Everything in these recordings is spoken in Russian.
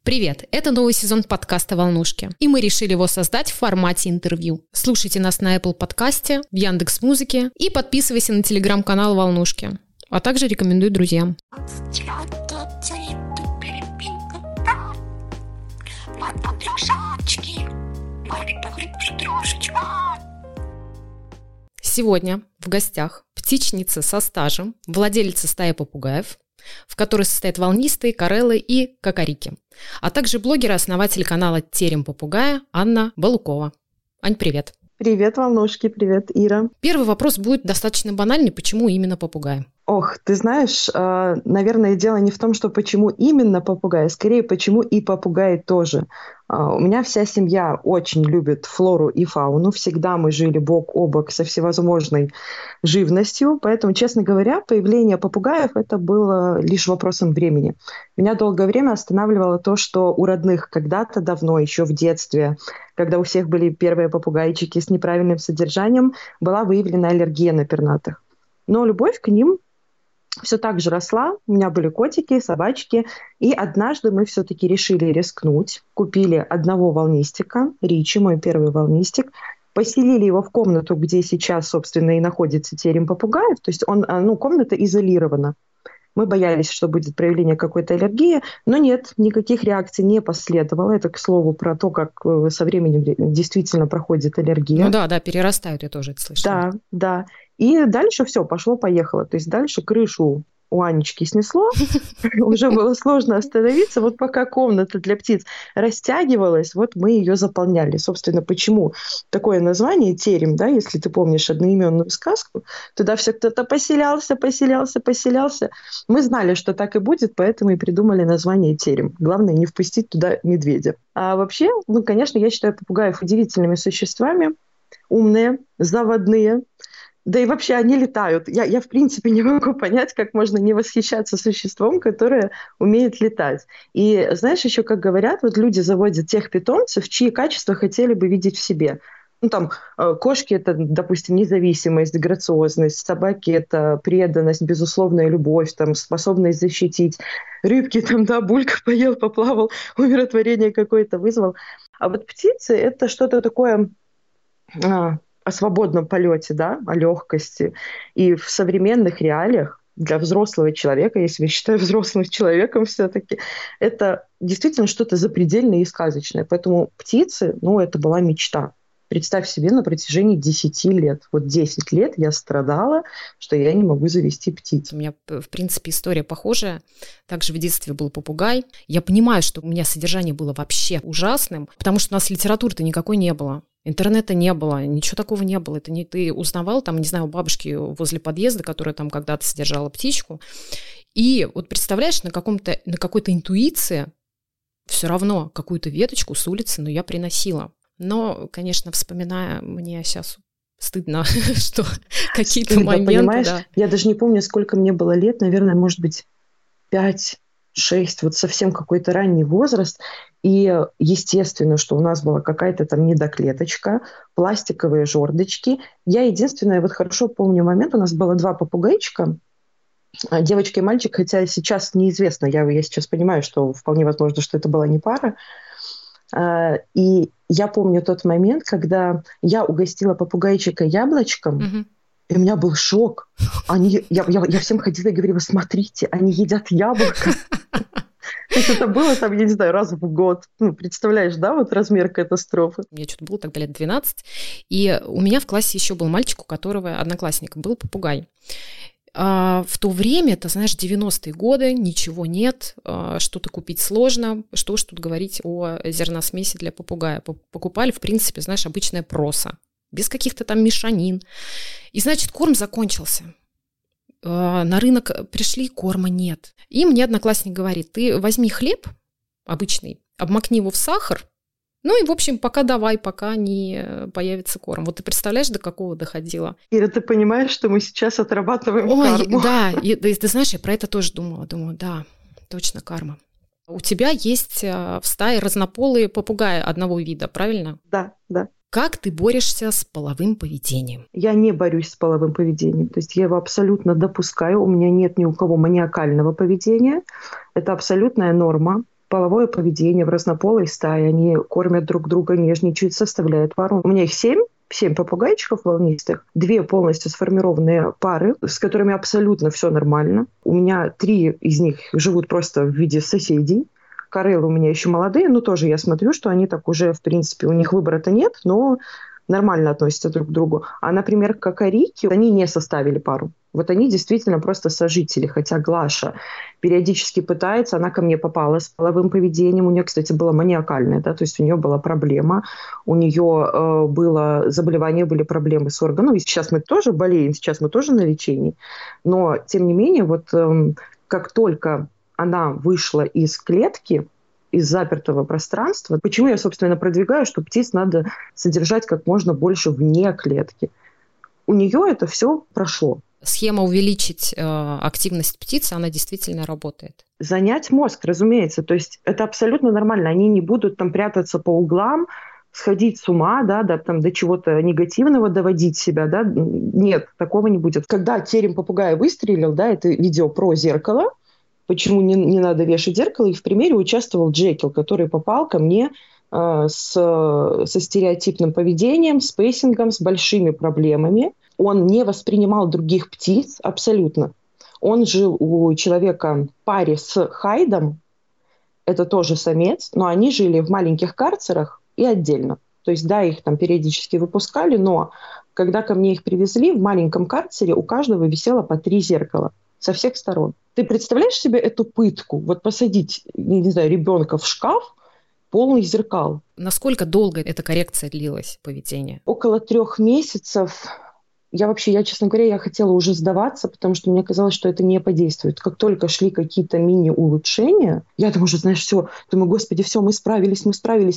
Привет! Это новый сезон подкаста «Волнушки», и мы решили его создать в формате интервью. Слушайте нас на Apple подкасте, в Яндекс.Музыке и подписывайся на телеграм-канал «Волнушки», а также рекомендуй друзьям. Сегодня в гостях птичница со стажем, владелица стаи попугаев, в которой состоят волнистые, карелы и кокорики, а также блогер и основатель канала «Терем попугая» Анна Балукова. Ань, привет! Привет, Волнушки, привет, Ира. Первый вопрос будет достаточно банальный. Почему именно попугай? Ох, ты знаешь, наверное, дело не в том, что почему именно попугай, скорее, почему и попугай тоже. У меня вся семья очень любит флору и фауну. Всегда мы жили бок о бок со всевозможной живностью. Поэтому, честно говоря, появление попугаев – это было лишь вопросом времени. Меня долгое время останавливало то, что у родных когда-то давно, еще в детстве, когда у всех были первые попугайчики с неправильным содержанием, была выявлена аллергия на пернатых. Но любовь к ним все так же росла. У меня были котики, собачки. И однажды мы все-таки решили рискнуть. Купили одного волнистика, Ричи, мой первый волнистик. Поселили его в комнату, где сейчас, собственно, и находится терем попугаев. То есть комната изолирована. Мы боялись, что будет проявление какой-то аллергии, но нет, никаких реакций не последовало. Это, к слову, про то, как со временем действительно проходит аллергия. Ну да, перерастают, я тоже это слышала. Да. И дальше все, пошло-поехало. То есть дальше крышу у Анечки снесло, уже было сложно остановиться. Вот пока комната для птиц растягивалась, вот мы ее заполняли. Собственно, почему такое название терем, да, если ты помнишь одноименную сказку, туда все кто-то поселялся. Мы знали, что так и будет, поэтому и придумали название терем. Главное, не впустить туда медведя. А вообще, конечно, я считаю попугаев удивительными существами, умные, заводные. Да и вообще они летают. Я в принципе не могу понять, как можно не восхищаться существом, которое умеет летать. И знаешь, еще как говорят, вот люди заводят тех питомцев, чьи качества хотели бы видеть в себе. Кошки – это, допустим, независимость, грациозность, собаки – это преданность, безусловная любовь, способность защитить. Рыбки, булька поел, поплавал, умиротворение какое-то вызвал. А вот птицы – это что-то такое… о свободном полете, да, о легкости. И в современных реалиях для взрослого человека, если я считаю взрослым человеком все-таки, это действительно что-то запредельное и сказочное. Поэтому птицы, это была мечта. Представь себе, на протяжении 10 лет. Вот 10 лет я страдала, что я не могу завести птиц. У меня, в принципе, история похожая. Также в детстве был попугай. Я понимаю, что у меня содержание было вообще ужасным, потому что у нас литературы-то никакой не было. Интернета не было, ничего такого не было. Это не ты узнавал, у бабушки возле подъезда, которая там когда-то содержала птичку. И вот представляешь, на какой-то интуиции все равно какую-то веточку с улицы, я приносила. Но, конечно, вспоминая, мне сейчас стыдно, что какие-то моменты… Понимаешь, я даже не помню, сколько мне было лет, наверное, может быть, 5-6, вот совсем какой-то ранний возраст. И естественно, что у нас была какая-то недоклеточка, пластиковые жердочки. Я единственное, хорошо помню момент, у нас было 2 попугайчика, девочка и мальчик, хотя сейчас неизвестно, я сейчас понимаю, что вполне возможно, что это была не пара. И я помню тот момент, когда я угостила попугайчика яблочком, и у меня был шок. Я всем ходила и говорила: смотрите, они едят яблоко. То есть это было я не знаю, раз в год. Представляешь, да, размер катастрофы. Мне что-то было тогда лет 12, и у меня в классе еще был мальчик, у которого одноклассник был попугай. В то время, ты знаешь, 90-е годы, ничего нет, что-то купить сложно, что ж тут говорить о зерносмеси для попугая. Покупали, в принципе, знаешь, обычное просо, без каких-то мешанин. И, значит, корм закончился. На рынок пришли, корма нет. И мне одноклассник говорит: ты возьми хлеб обычный, обмакни его в сахар, и, в общем, пока не появится корм. Вот ты представляешь, до какого доходило? Ира, ты понимаешь, что мы сейчас отрабатываем карму? Да, и ты знаешь, я про это тоже думала. Думаю, да, точно карма. У тебя есть в стае разнополые попугаи одного вида, правильно? Да. Как ты борешься с половым поведением? Я не борюсь с половым поведением. То есть я его абсолютно допускаю. У меня нет ни у кого маниакального поведения. Это абсолютная норма. половое поведение в разнополой стае. Они кормят друг друга, нежничают, составляют пару. У меня их 7 попугайчиков волнистых, 2 полностью сформированные пары, с которыми абсолютно все нормально. У меня 3 из них живут просто в виде соседей. Кореллы у меня еще молодые, но тоже я смотрю, что они так уже, в принципе, у них выбора-то нет, но нормально относятся друг к другу. А, например, кокорики, они не составили пару. Вот они действительно просто сожители. Хотя Глаша периодически пытается, она ко мне попала с половым поведением. У нее, кстати, было маниакальное, да, то есть у нее была проблема. У нее было заболевание, были проблемы с органом. И сейчас мы тоже болеем, сейчас мы тоже на лечении. Но, тем не менее, вот как только она вышла из клетки, из запертого пространства. Почему я, собственно, продвигаю, что птиц надо содержать как можно больше вне клетки. У нее это все прошло. Схема увеличить активность птицы, она действительно работает. Занять мозг, разумеется. То есть это абсолютно нормально. Они не будут там прятаться по углам, сходить с ума, да, там, до чего-то негативного доводить себя. Да. Нет, такого не будет. Когда терем попугая выстрелил, да, это видео про зеркало, почему не надо вешать зеркало. И в примере участвовал Джекил, который попал ко мне со стереотипным поведением, с пейсингом, с большими проблемами. Он не воспринимал других птиц абсолютно. Он жил у человека в паре с Хайдом, это тоже самец, но они жили в маленьких карцерах и отдельно. То есть, да, их там периодически выпускали, но когда ко мне их привезли, в маленьком карцере у каждого висело по 3 зеркала со всех сторон. Ты представляешь себе эту пытку? Вот посадить, не знаю, ребенка в шкаф, полный зеркал. Насколько долго эта коррекция длилась, поведение? Около 3 месяцев. Я, честно говоря, я хотела уже сдаваться, потому что мне казалось, что это не подействует. Как только шли какие-то мини-улучшения, я там уже, знаешь, все, думаю, господи, все, мы справились.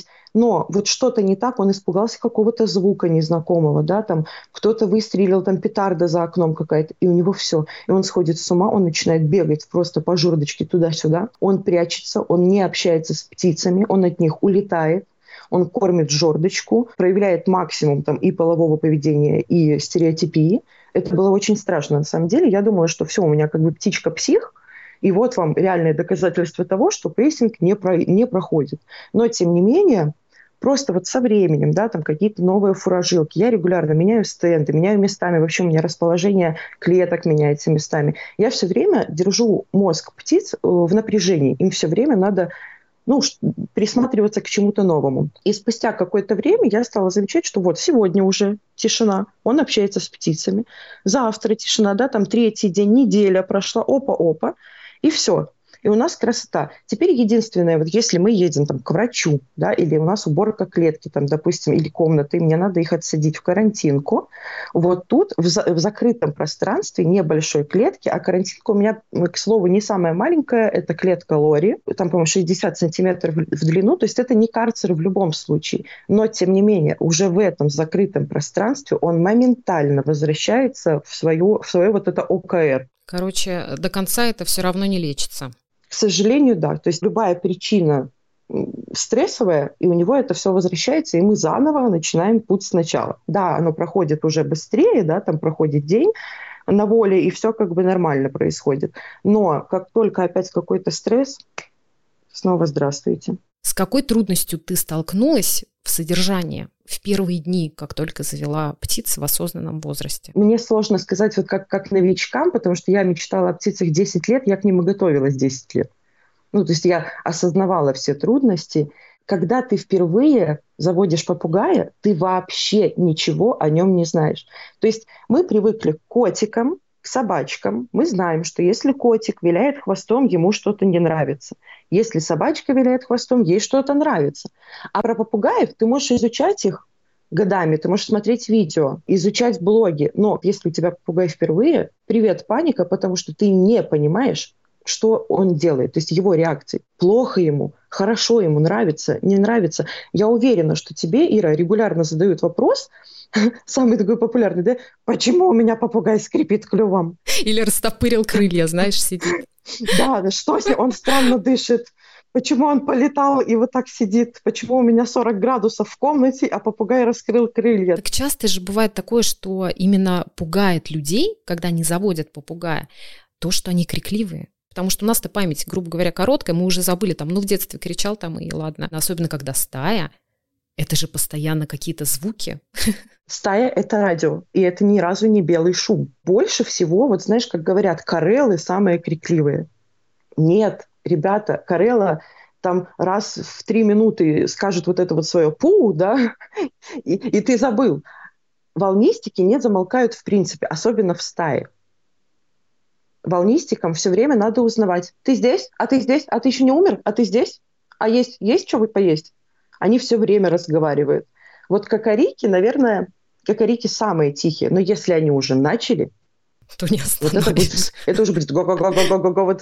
Но вот что-то не так, он испугался какого-то звука незнакомого, да, там кто-то выстрелил, там петарда за окном какая-то, и у него все. И он сходит с ума, он начинает бегать просто по жердочке туда-сюда. Он прячется, он не общается с птицами, он от них улетает. Он кормит жердочку, проявляет максимум там, и полового поведения, и стереотипии. Это было очень страшно. На самом деле, я думала, что все, у меня как бы птичка-псих, и вот вам реальное доказательство того, что пейсинг не проходит. Но, тем не менее, просто вот со временем, да, там какие-то новые фуражилки. Я регулярно меняю стенды, меняю местами. Вообще у меня расположение клеток меняется местами. Я все время держу мозг птиц в напряжении. Им все время надо присматриваться к чему-то новому. И спустя какое-то время я стала замечать, что вот сегодня уже тишина, он общается с птицами, завтра тишина, да, там 3-й день, неделя прошла, опа-опа, и все. И у нас красота. Теперь единственное, вот если мы едем там, к врачу, да, или у нас уборка клетки, там, допустим, или комнаты, мне надо их отсадить в карантинку, вот тут в закрытом пространстве небольшой клетки, а карантинка у меня, к слову, не самая маленькая, это клетка Лори, там, по-моему, 60 сантиметров в длину, то есть это не карцер в любом случае, но, тем не менее, уже в этом закрытом пространстве он моментально возвращается в свое вот это ОКР. Короче, до конца это все равно не лечится. К сожалению, да. То есть любая причина стрессовая, и у него это все возвращается, и мы заново начинаем путь сначала. Да, оно проходит уже быстрее, да, там проходит день на воле, и все как бы нормально происходит. Но как только опять какой-то стресс, снова здравствуйте. С какой трудностью ты столкнулась в содержании в первые дни, как только завела птиц в осознанном возрасте? Мне сложно сказать вот как новичкам, потому что я мечтала о птицах 10 лет, я к ним и готовилась 10 лет. То есть я осознавала все трудности. Когда ты впервые заводишь попугая, ты вообще ничего о нем не знаешь. То есть мы привыкли к котикам, к собачкам. Мы знаем, что если котик виляет хвостом, ему что-то не нравится. Если собачка виляет хвостом, ей что-то нравится. А про попугаев ты можешь изучать их годами, ты можешь смотреть видео, изучать блоги. Но если у тебя попугай впервые, привет, паника, потому что ты не понимаешь, что он делает, то есть его реакции. Плохо ему, хорошо ему, нравится, не нравится. Я уверена, что тебе, Ира, регулярно задают вопрос, самый такой популярный, да? Почему у меня попугай скрипит клювом? Или растопырил крылья, знаешь, сидит. Да, что с ним? Он странно дышит. Почему он полетал и вот так сидит? Почему у меня 40 градусов в комнате, а попугай раскрыл крылья? Так часто же бывает такое, что именно пугает людей, когда они заводят попугая, то, что они крикливые. потому что у нас-то память, грубо говоря, короткая, мы уже забыли, там, в детстве кричал там, и ладно. Особенно, когда стая, это же постоянно какие-то звуки. Стая – это радио, и это ни разу не белый шум. Больше всего, вот знаешь, как говорят, карелы самые крикливые. Нет, ребята, карела там раз в 3 минуты скажет вот это вот свое «пу», да, и ты забыл. Волнистики не замолкают в принципе, особенно в стае. Волнистикам все время надо узнавать. Ты здесь? А ты здесь? А ты еще не умер? А ты здесь? А есть что вы поесть? Они все время разговаривают. Вот кокорики, наверное, кокорики самые тихие. Но если они уже начали, то не вот остановишь. это уже будет го-го-го-го-го-го. Вот.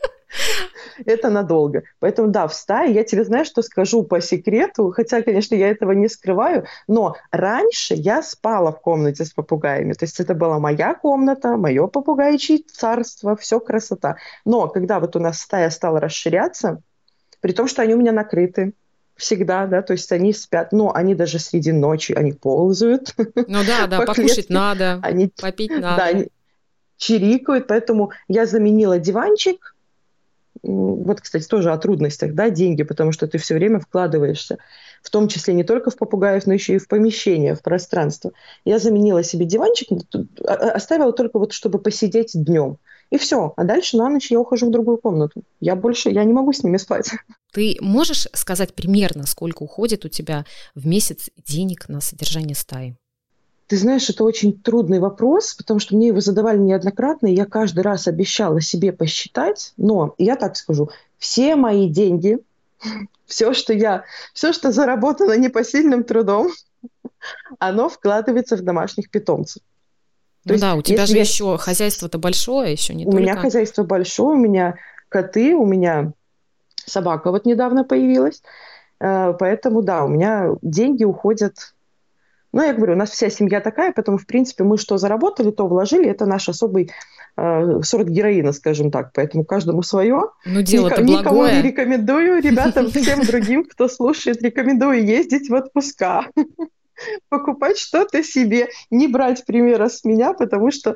Это надолго. Поэтому, да, в стае я тебе, знаешь, что скажу по секрету, хотя, конечно, я этого не скрываю, но раньше я спала в комнате с попугаями. То есть это была моя комната, мое попугайчье царство, все красота. Но когда вот у нас стая стала расширяться, при том, что они у меня накрыты всегда, да, то есть они спят, но они даже среди ночи, они ползают Ну да, по покушать клетке, надо, они, попить да, надо. они чирикают, поэтому я заменила диванчик. Вот, кстати, тоже о трудностях, да, деньги, потому что ты все время вкладываешься, в том числе не только в попугаев, но еще и в помещение, в пространство. Я заменила себе диванчик, оставила только вот, чтобы посидеть днем. И все. А дальше на ночь я ухожу в другую комнату. Я не могу с ними спать. Ты можешь сказать примерно, сколько уходит у тебя в месяц денег на содержание стаи? Ты знаешь, это очень трудный вопрос, потому что мне его задавали неоднократно, и я каждый раз обещала себе посчитать, но я так скажу, все мои деньги, все, что заработано непосильным трудом, оно вкладывается в домашних питомцев. То Ну есть, да, у тебя если же еще хозяйство-то большое, еще не у меня только. хозяйство большое, у меня коты, у меня собака вот недавно появилась, поэтому да, у меня деньги уходят. Ну, я говорю, у нас вся семья такая, поэтому, в принципе, мы что заработали, то вложили. Это наш особый сорт героина, скажем так. Поэтому каждому свое. Ну, дело-то Никому не благое. рекомендую. Ребятам, всем другим, кто слушает, рекомендую ездить в отпуска. Покупать что-то себе. Не брать примера с меня, потому что...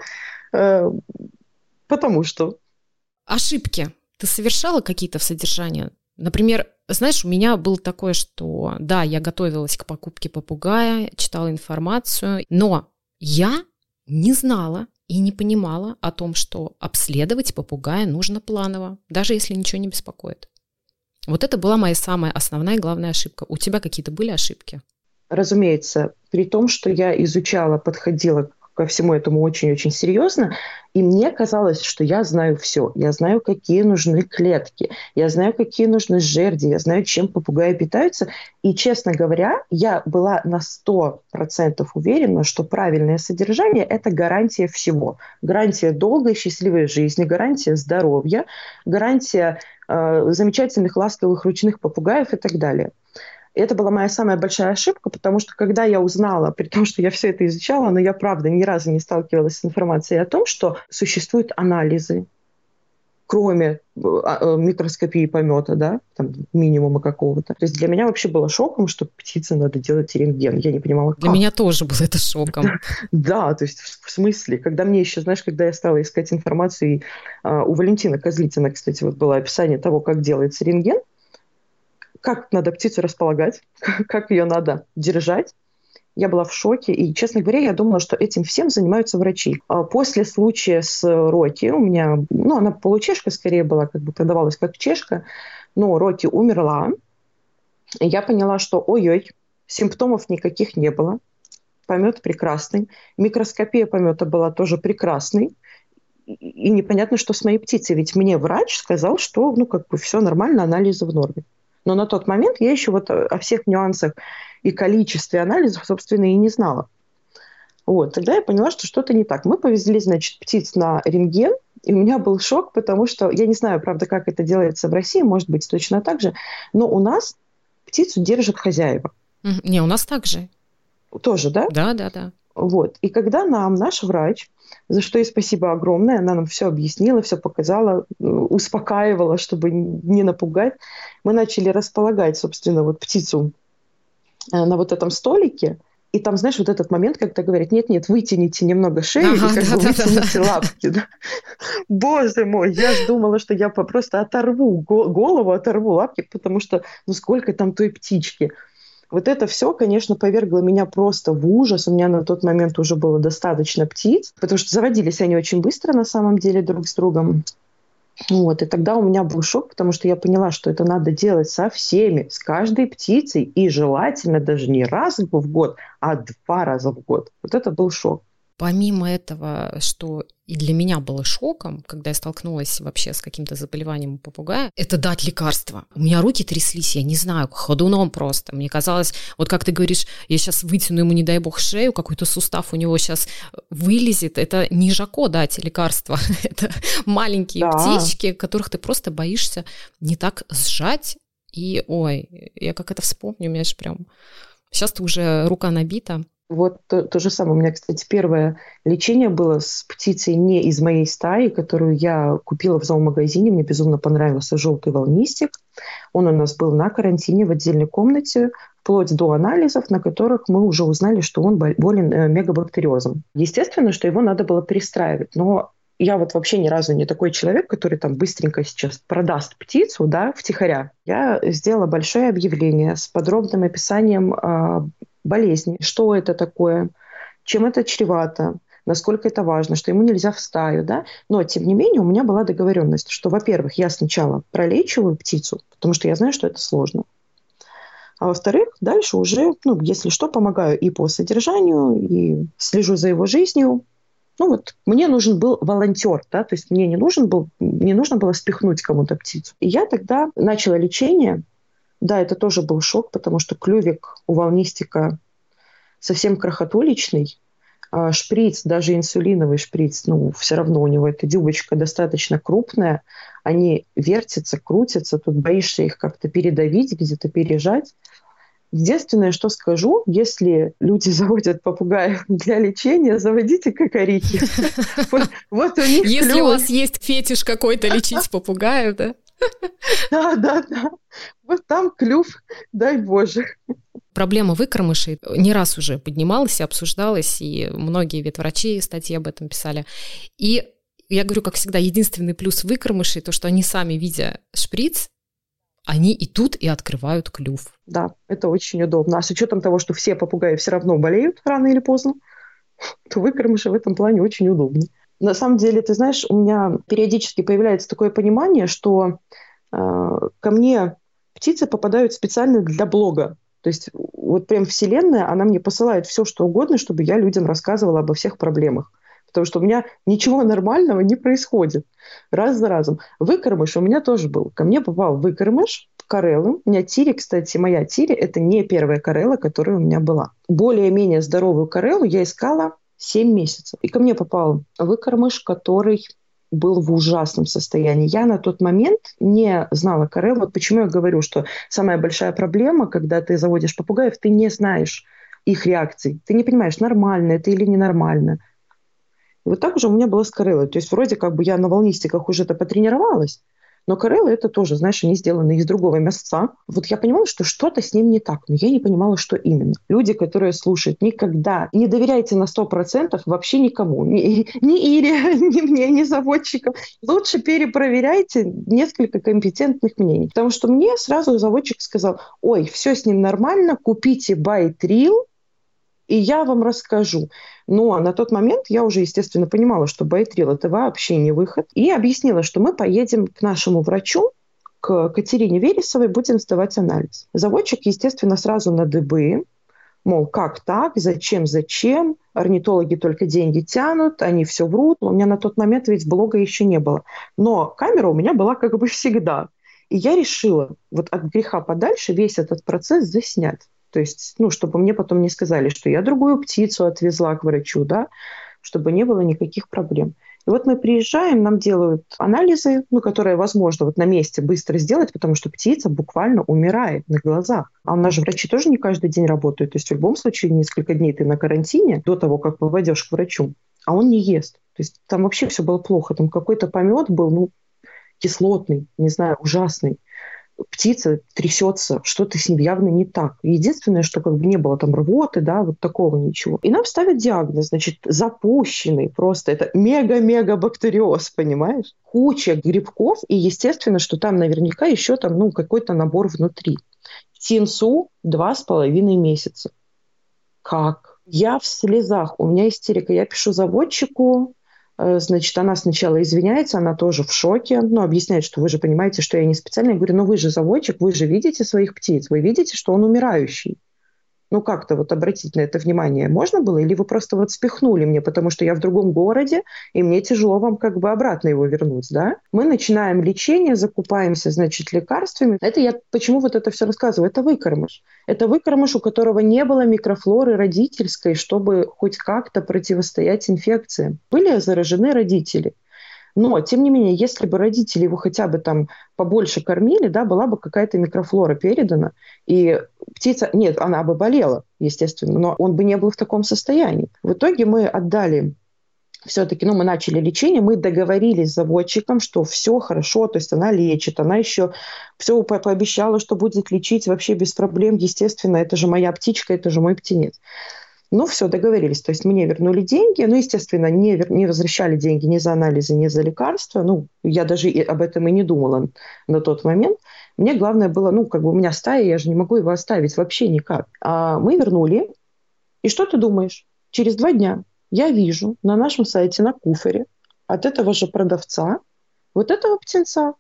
Потому что... Ошибки ты совершала какие-то в содержании? Например, знаешь, у меня было такое, что да, я готовилась к покупке попугая, читала информацию, но я не знала и не понимала о том, что обследовать попугая нужно планово, даже если ничего не беспокоит. Вот это была моя самая основная и главная ошибка. У тебя какие-то были ошибки? Разумеется, при том, что я изучала, подходила ко всему этому очень-очень серьезно, и мне казалось, что я знаю все. Я знаю, какие нужны клетки, я знаю, какие нужны жерди, я знаю, чем попугаи питаются. И, честно говоря, я была на 100% уверена, что правильное содержание – это гарантия всего. Гарантия долгой, счастливой жизни, гарантия здоровья, гарантия замечательных, ласковых ручных попугаев и так далее. Это была моя самая большая ошибка, потому что когда я узнала, при том, что я все это изучала, но я, правда, ни разу не сталкивалась с информацией о том, что существуют анализы, кроме микроскопии помета, да, там, минимума какого-то. То есть для меня вообще было шоком, что птице надо делать рентген. Я не понимала, как. Для меня тоже было это шоком. Да, то есть в смысле, когда мне еще, знаешь, когда я стала искать информацию, у Валентины Козлитина, кстати, вот было описание того, как делается рентген, как надо птицу располагать, как ее надо держать. Я была в шоке, и, честно говоря, я думала, что этим всем занимаются врачи. После случая с Рокки у меня, она получешка скорее была, как бы продавалась как чешка, но Рокки умерла, и я поняла, что ой-ой, симптомов никаких не было, помет прекрасный, микроскопия помета была тоже прекрасной, и непонятно, что с моей птицей, ведь мне врач сказал, что, все нормально, анализы в норме. Но на тот момент я еще вот о всех нюансах и количестве анализов, собственно, и не знала. Вот, тогда я поняла, что что-то не так. Мы повезли, значит, птиц на рентген, и у меня был шок, потому что, я не знаю, правда, как это делается в России, может быть, точно так же, но у нас птицу держат хозяева. Не, у нас так же. Тоже, да? Да. Вот. И когда нам наш врач, за что ей спасибо огромное, она нам все объяснила, все показала, успокаивала, чтобы не напугать, мы начали располагать, собственно, вот птицу на вот этом столике. И там, знаешь, вот этот момент, когда говорят, нет-нет, вытяните немного шею и как бы вытяните лапки. Да. Боже мой, я ж думала, что я просто оторву голову, оторву лапки, потому что, ну, сколько там той птички. Вот это все, конечно, повергло меня просто в ужас. У меня на тот момент уже было достаточно птиц, потому что заводились они очень быстро на самом деле друг с другом. Вот, и тогда у меня был шок, потому что я поняла, что это надо делать со всеми, с каждой птицей, и желательно даже не раз в год, а 2 раза в год. Вот это был шок. Помимо этого, что и для меня было шоком, когда я столкнулась вообще с каким-то заболеванием у попугая, это дать лекарства. У меня руки тряслись, я не знаю, ходуном просто. Мне казалось, вот как ты говоришь, я сейчас вытяну ему, не дай бог, шею, какой-то сустав у него сейчас вылезет. Это не Жако дать лекарства, это маленькие птички, которых ты просто боишься не так сжать. И, ой, я как это вспомню, у меня же прям... Сейчас-то уже рука набита. Вот то же самое. У меня, кстати, первое лечение было с птицей не из моей стаи, которую я купила в зоомагазине. Мне безумно понравился желтый волнистик. Он у нас был на карантине в отдельной комнате, вплоть до анализов, на которых мы уже узнали, что он болен мегабактериозом. Естественно, что его надо было перестраивать. Но я вот вообще ни разу не такой человек, который там быстренько сейчас продаст птицу, да, втихаря. Я сделала большое объявление с подробным описанием болезни, что это такое, чем это чревато, насколько это важно, что ему нельзя в стаю, да. Но, тем не менее, у меня была договоренность, что, во-первых, я сначала пролечиваю птицу, потому что я знаю, что это сложно. А во-вторых, дальше уже, ну, если что, помогаю и по содержанию, и слежу за его жизнью. Ну вот, мне нужен был волонтер, да, то есть мне не нужно было спихнуть кому-то птицу. И я тогда начала лечение. Да, это тоже был шок, потому что клювик у волнистика совсем крохотуличный. А шприц, даже инсулиновый шприц, ну, все равно у него эта дюбочка достаточно крупная. Они вертятся, крутятся. Тут боишься их как-то передавить, где-то пережать. Единственное, что скажу, если люди заводят попугаев для лечения, заводите кокорики. Вот у них если у вас есть фетиш какой-то лечить попугаев, да? Да. Вот там клюв, дай Боже. Проблема выкормышей не раз уже поднималась и обсуждалась, и многие ветврачи статьи об этом писали. И я говорю, как всегда, единственный плюс выкормышей, то, что они сами, видя шприц, они идут и открывают клюв. Да, это очень удобно. А с учетом того, что все попугаи все равно болеют рано или поздно, то выкормыши в этом плане очень удобны. На самом деле, ты знаешь, у меня периодически появляется такое понимание, что ко мне птицы попадают специально для блога. То есть вот прям вселенная, она мне посылает все, что угодно, чтобы я людям рассказывала обо всех проблемах. Потому что у меня ничего нормального не происходит. Раз за разом. Выкормыш у меня тоже был. Ко мне попал выкормыш, кореллы. У меня тири, кстати, моя тири, это не первая корелла, которая у меня была. Более-менее здоровую кореллу я искала 7 месяцев. И ко мне попал выкормыш, который был в ужасном состоянии. Я на тот момент не знала корелл. Вот почему я говорю, что самая большая проблема, когда ты заводишь попугаев, ты не знаешь их реакций. Ты не понимаешь, нормально это или ненормально. И вот так же у меня было с кореллой. То есть вроде как бы я на волнистиках уже-то потренировалась, но кореллы это тоже, знаешь, они сделаны из другого мясца. Вот я понимала, что что-то с ним не так, но я не понимала, что именно. Люди, которые слушают, никогда не доверяйте на 100% вообще никому. Ни Ире, ни мне, ни заводчикам. Лучше перепроверяйте несколько компетентных мнений. Потому что мне сразу заводчик сказал, ой, все с ним нормально, купите Байтрил, и я вам расскажу. Но на тот момент я уже, естественно, понимала, что Байтрил – это вообще не выход. И объяснила, что мы поедем к нашему врачу, к Катерине Вересовой, будем сдавать анализ. Заводчик, естественно, сразу на дыбы. Мол, как так? Зачем? Орнитологи только деньги тянут, они все врут. У меня на тот момент ведь блога еще не было. Но камера у меня была как бы всегда. И я решила вот от греха подальше весь этот процесс заснять. То есть, ну, чтобы мне потом не сказали, что я другую птицу отвезла к врачу, да, чтобы не было никаких проблем. И вот мы приезжаем, нам делают анализы, ну, которые возможно вот на месте быстро сделать, потому что птица буквально умирает на глазах. А у нас же врачи тоже не каждый день работают. То есть в любом случае несколько дней ты на карантине до того, как попадешь к врачу, а он не ест. То есть там вообще все было плохо. Там какой-то помет был, ну, кислотный, не знаю, ужасный. птица трясется, что-то с ним явно не так. Единственное, что как бы не было там рвоты, да, вот такого ничего. И нам ставят диагноз, значит, запущенный просто. Это мега-мега бактериоз, понимаешь? Куча грибков, и естественно, что там наверняка еще там, ну, какой-то набор внутри. Птенцу 2,5 месяца. Как? Я в слезах, у меня истерика. Я пишу заводчику, значит, она сначала извиняется, она тоже в шоке, ну, объясняет, что вы же понимаете, что я не специально. Я говорю, ну, вы же заводчик, вы же видите своих птиц, вы видите, что он умирающий. Ну, как-то вот обратить на это внимание можно было? Или вы просто вот спихнули мне, потому что я в другом городе, и мне тяжело вам как бы обратно его вернуть, да? Мы начинаем лечение, закупаемся, значит, лекарствами. Это я почему вот это все рассказываю? Это выкормыш. Это выкормыш, у которого не было микрофлоры родительской, чтобы хоть как-то противостоять инфекциям. Были заражены родители. Но, тем не менее, если бы родители его хотя бы там побольше кормили, да, была бы какая-то микрофлора передана, и птица, нет, она бы болела, естественно, но он бы не был в таком состоянии. В итоге мы отдали все-таки, ну, мы начали лечение, мы договорились с заводчиком, что все хорошо, то есть она лечит, она еще все пообещала, что будет лечить вообще без проблем, естественно, это же моя птичка, это же мой птенец. Ну, все, договорились. То есть мне вернули деньги. Ну, естественно, не возвращали деньги ни за анализы, ни за лекарства. Ну, я даже об этом и не думала на тот момент. Мне главное было, ну, как бы у меня стая, я же не могу его оставить вообще никак. А мы вернули. И что ты думаешь? Через 2 дня я вижу на нашем сайте на Куфоре от этого же продавца вот этого птенца.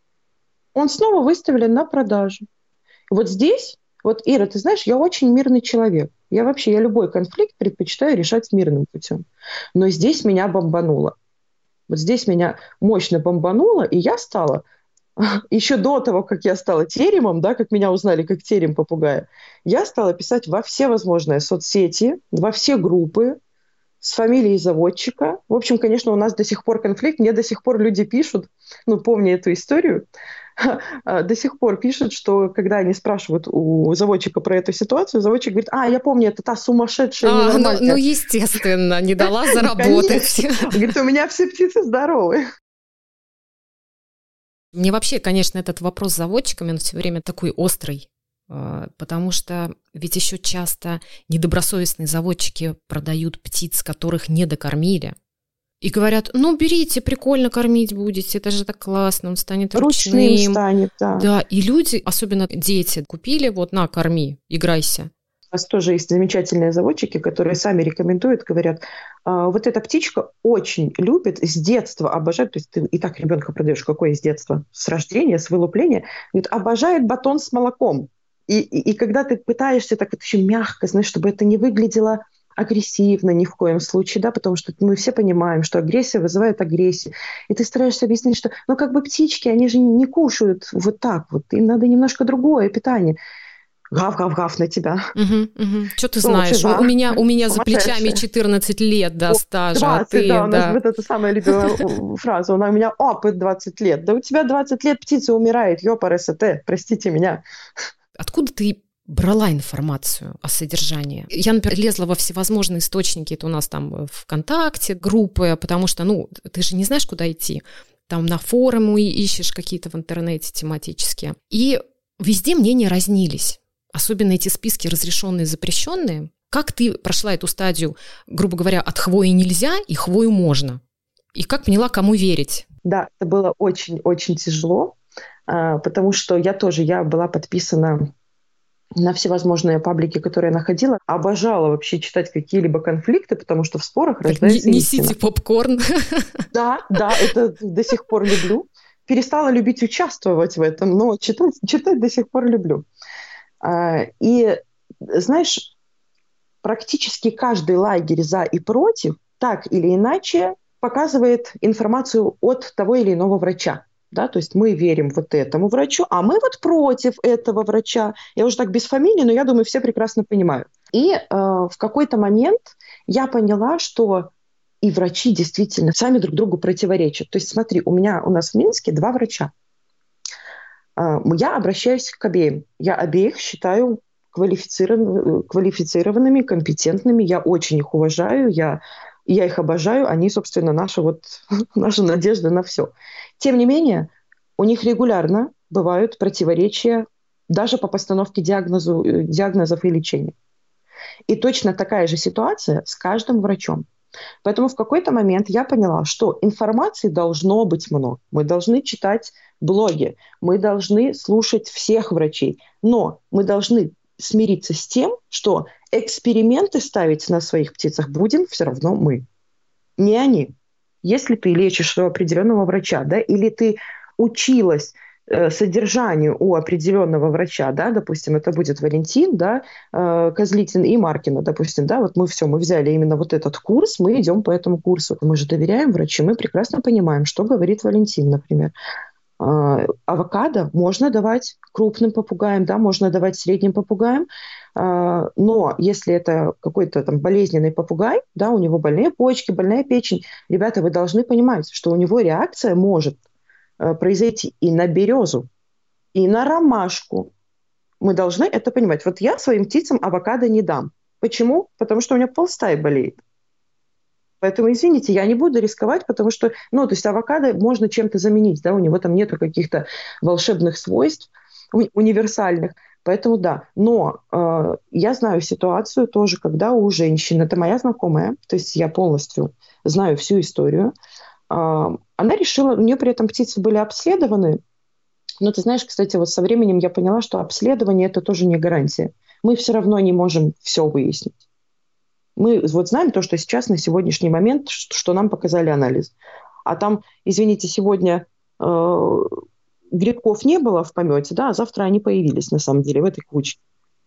Он снова выставлен на продажу. Вот здесь, вот, Ира, ты знаешь, я очень мирный человек. Я любой конфликт предпочитаю решать мирным путем. Но здесь меня бомбануло. Вот здесь меня мощно бомбануло, и я стала, еще до того, как я стала теремом, да, как меня узнали как терем попугая, я стала писать во все возможные соцсети, во все группы с фамилией заводчика. В общем, конечно, у нас до сих пор конфликт, мне до сих пор люди пишут, ну, помня эту историю, до сих пор пишут, что когда они спрашивают у заводчика про эту ситуацию, заводчик говорит, я помню, это та сумасшедшая ненормальная. Ну, естественно, не дала заработать. Говорит, у меня все птицы здоровые. Мне вообще, конечно, этот вопрос с заводчиками, он все время такой острый, потому что ведь еще часто недобросовестные заводчики продают птиц, которых не докормили. И говорят, ну, берите, прикольно кормить будете, это же так классно, он станет ручным. Станет, да. Да, и люди, особенно дети, купили, вот, на, корми, играйся. У нас тоже есть замечательные заводчики, которые сами рекомендуют, говорят, вот эта птичка очень любит, с детства обожает, то есть ты и так ребенка продаешь, какое из детства, с рождения, с вылупления, говорит, обожает батон с молоком. И когда ты пытаешься так это еще мягко, знаешь, чтобы это не выглядело агрессивно ни в коем случае, да, потому что мы все понимаем, что агрессия вызывает агрессию. И ты стараешься объяснить, что, ну, как бы птички, они же не кушают вот так вот, им надо немножко другое питание. Гав-гав-гав на тебя. Что ты знаешь? Да. У меня за плечами 14 лет, да, стажа. 20, ты, да, у нас вот эта самая любимая фраза. У меня опыт 20 лет. Да у тебя 20 лет птица умирает, ёпарасоте, простите меня. Откуда ты брала информацию о содержании? Я, например, лезла во всевозможные источники, это у нас там ВКонтакте группы, потому что, ну, ты же не знаешь, куда идти. Там на форумы ищешь какие-то в интернете тематические. И везде мнения разнились. Особенно эти списки разрешенные и запрещенные. Как ты прошла эту стадию, грубо говоря, от хвои нельзя и хвою можно? И как поняла, кому верить? Да, это было очень-очень тяжело, потому что я была подписана на всевозможные паблики, которые я находила. Обожала вообще читать какие-либо конфликты, потому что в спорах рождается истина. Несите попкорн. Да, это до сих пор люблю. Перестала любить участвовать в этом, но читать до сих пор люблю. И, знаешь, практически каждый лагерь за и против так или иначе показывает информацию от того или иного врача. Да? То есть мы верим вот этому врачу, а мы вот против этого врача. Я уже так без фамилии, но я думаю, все прекрасно понимают. И в какой-то момент я поняла, что и врачи действительно сами друг другу противоречат. То есть смотри, у нас в Минске 2 врача. Я обращаюсь к обеим. Я обеих считаю квалифицированными, компетентными. Я очень их уважаю, я их обожаю. Они, собственно, наша надежда на все. Тем не менее, у них регулярно бывают противоречия даже по постановке диагнозов и лечения. И точно такая же ситуация с каждым врачом. Поэтому в какой-то момент я поняла, что информации должно быть много. Мы должны читать блоги, мы должны слушать всех врачей, но мы должны смириться с тем, что эксперименты ставить на своих птицах будем все равно мы, не они. Если ты лечишь у определенного врача, да, или ты училась содержанию у определенного врача, да, допустим, это будет Валентин, да, Козлитин и Маркина, допустим, да, вот мы взяли именно вот этот курс, мы идем по этому курсу. Мы же доверяем врачу, мы прекрасно понимаем, что говорит Валентин, например. Авокадо можно давать крупным попугаям, да, можно давать средним попугаям, но если это какой-то там болезненный попугай, да, у него больные почки, больная печень, ребята, вы должны понимать, что у него реакция может произойти и на березу, и на ромашку. Мы должны это понимать. Вот я своим птицам авокадо не дам. Почему? Потому что у меня полстаи болеет. Поэтому, извините, я не буду рисковать, потому что, то есть авокадо можно чем-то заменить, да, у него там нету каких-то волшебных свойств универсальных. Поэтому да. Но я знаю ситуацию тоже, когда у женщин, это моя знакомая, то есть я полностью знаю всю историю, она решила, у нее при этом птицы были обследованы, но ты знаешь, кстати, вот со временем я поняла, что обследование – это тоже не гарантия. Мы все равно не можем все выяснить. Мы вот знаем то, что сейчас на сегодняшний момент, что нам показали анализ. А там, извините, сегодня грибков не было в помете, да, а завтра они появились на самом деле в этой куче.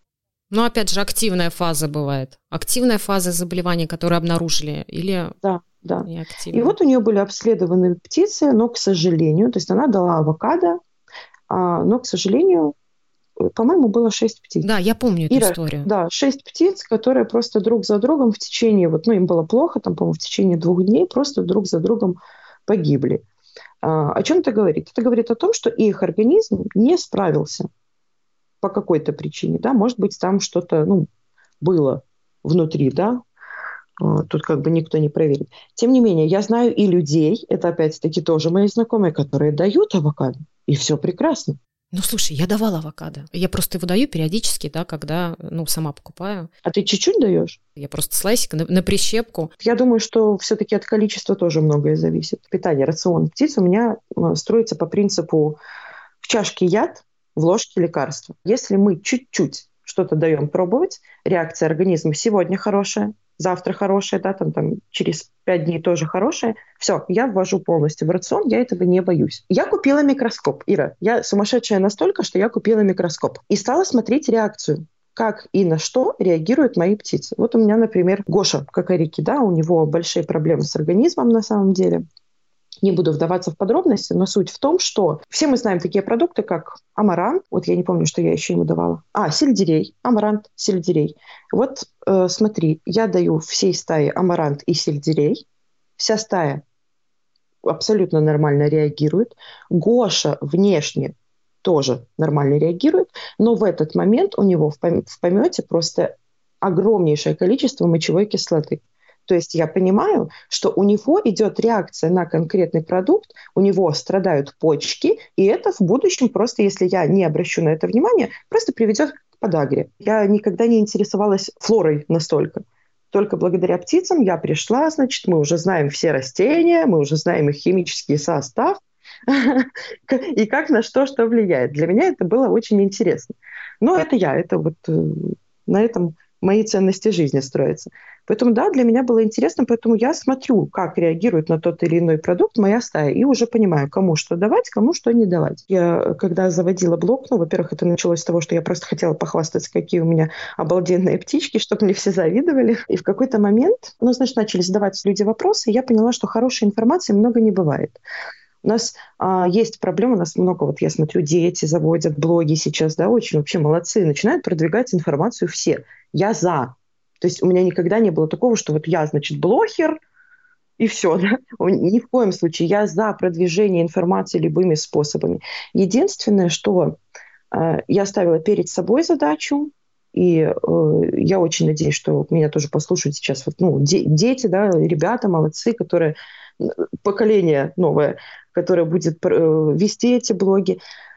Но опять же, активная фаза бывает. Активная фаза заболевания, которую обнаружили, или да. неактивная? И вот у нее были обследованы птицы, но, к сожалению, то есть она дала авокадо, но, к сожалению, по-моему, было 6 птиц. Да, я помню эту историю. Да, 6 птиц, которые просто друг за другом в течение, им было плохо, там, по-моему, в течение 2 дней просто друг за другом погибли. О чем это говорит? Это говорит о том, что их организм не справился по какой-то причине, да, может быть, там что-то, было внутри, да, тут как бы никто не проверит. Тем не менее, я знаю и людей, это опять-таки тоже мои знакомые, которые дают авокадо, и все прекрасно. Слушай, я давала авокадо. Я просто его даю периодически, да, когда, сама покупаю. А ты чуть-чуть даешь? Я просто слайсик на прищепку. Я думаю, что все-таки от количества тоже многое зависит. Питание, рацион птиц у меня строится по принципу в чашке яд, в ложке лекарства. Если мы чуть-чуть что-то даем пробовать, реакция организма сегодня хорошая, завтра хорошая, да, там через 5 дней тоже хорошая. Все, я ввожу полностью в рацион, я этого не боюсь. Я купила микроскоп, Ира. Я сумасшедшая настолько, что я купила микроскоп. И стала смотреть реакцию, как и на что реагируют мои птицы. Вот у меня, например, Гоша Кокорики, да, у него большие проблемы с организмом на самом деле. Не буду вдаваться в подробности, но суть в том, что все мы знаем такие продукты, как амарант. Вот я не помню, что я еще ему давала. Сельдерей. Амарант, сельдерей. Вот смотри, я даю всей стае амарант и сельдерей. Вся стая абсолютно нормально реагирует. Гоша внешне тоже нормально реагирует, но в этот момент у него в помете просто огромнейшее количество мочевой кислоты. То есть я понимаю, что у него идет реакция на конкретный продукт, у него страдают почки, и это в будущем просто, если я не обращу на это внимание, просто приведет к подагре. Я никогда не интересовалась флорой настолько. Только благодаря птицам я пришла, значит, мы уже знаем все растения, мы уже знаем их химический состав и как на что влияет. Для меня это было очень интересно. Но это вот на этом мои ценности жизни строятся. Поэтому, да, для меня было интересно, поэтому я смотрю, как реагирует на тот или иной продукт моя стая, и уже понимаю, кому что давать, кому что не давать. Я, когда заводила блог, во-первых, это началось с того, что я просто хотела похвастаться, какие у меня обалденные птички, чтобы мне все завидовали. И в какой-то момент, начали задавать люди вопросы, и я поняла, что хорошей информации много не бывает. У нас есть проблема, у нас много, я смотрю, дети заводят блоги сейчас, да, очень вообще молодцы, начинают продвигать информацию все. Я за. То есть у меня никогда не было такого, что я, значит, блогер, и все. Да? Ни в коем случае. Я за продвижение информации любыми способами. Единственное, что я ставила перед собой задачу, и я очень надеюсь, что меня тоже послушают сейчас дети, да, ребята молодцы, которые поколение новое, которое будет вести эти блоги.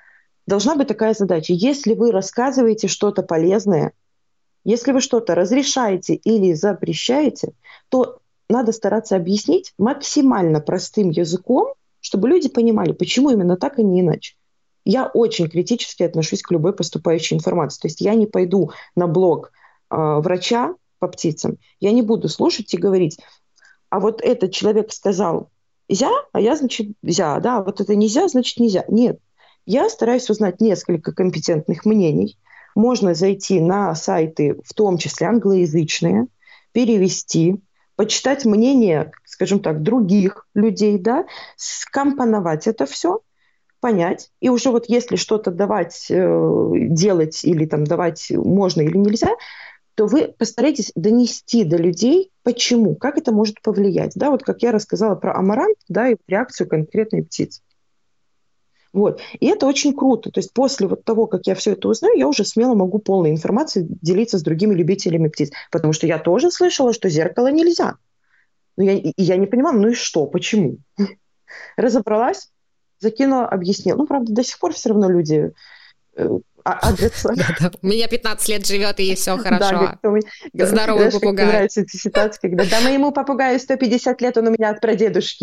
должна быть такая задача. Если вы рассказываете что-то полезное, если вы что-то разрешаете или запрещаете, то надо стараться объяснить максимально простым языком, чтобы люди понимали, почему именно так, а не иначе. Я очень критически отношусь к любой поступающей информации. То есть я не пойду на блог врача по птицам, я не буду слушать и говорить, а вот этот человек сказал «зя», а я, значит, «зя», да, вот это «нельзя», значит «нельзя». Нет, я стараюсь узнать несколько компетентных мнений. Можно зайти на сайты, в том числе англоязычные, перевести, почитать мнение, скажем так, других людей, да, скомпоновать это все, понять. И уже вот если что-то давать, делать или там давать можно или нельзя, то вы постарайтесь донести до людей, почему, как это может повлиять. Да, вот как я рассказала про амарант, да, и реакцию конкретной птицы. Вот. И это очень круто. То есть после вот того, как я все это узнаю, я уже смело могу полной информацией делиться с другими любителями птиц. Потому что я тоже слышала, что зеркало нельзя. Но я не понимала, ну и что, почему? Разобралась, закинула, объяснила. Ну, правда, до сих пор все равно люди агрятся. У меня 15 лет живет, и все хорошо. Здоровый попугай. Мне нравятся эти ситуации, когда да моему попугаю 150 лет, он у меня от прадедушки.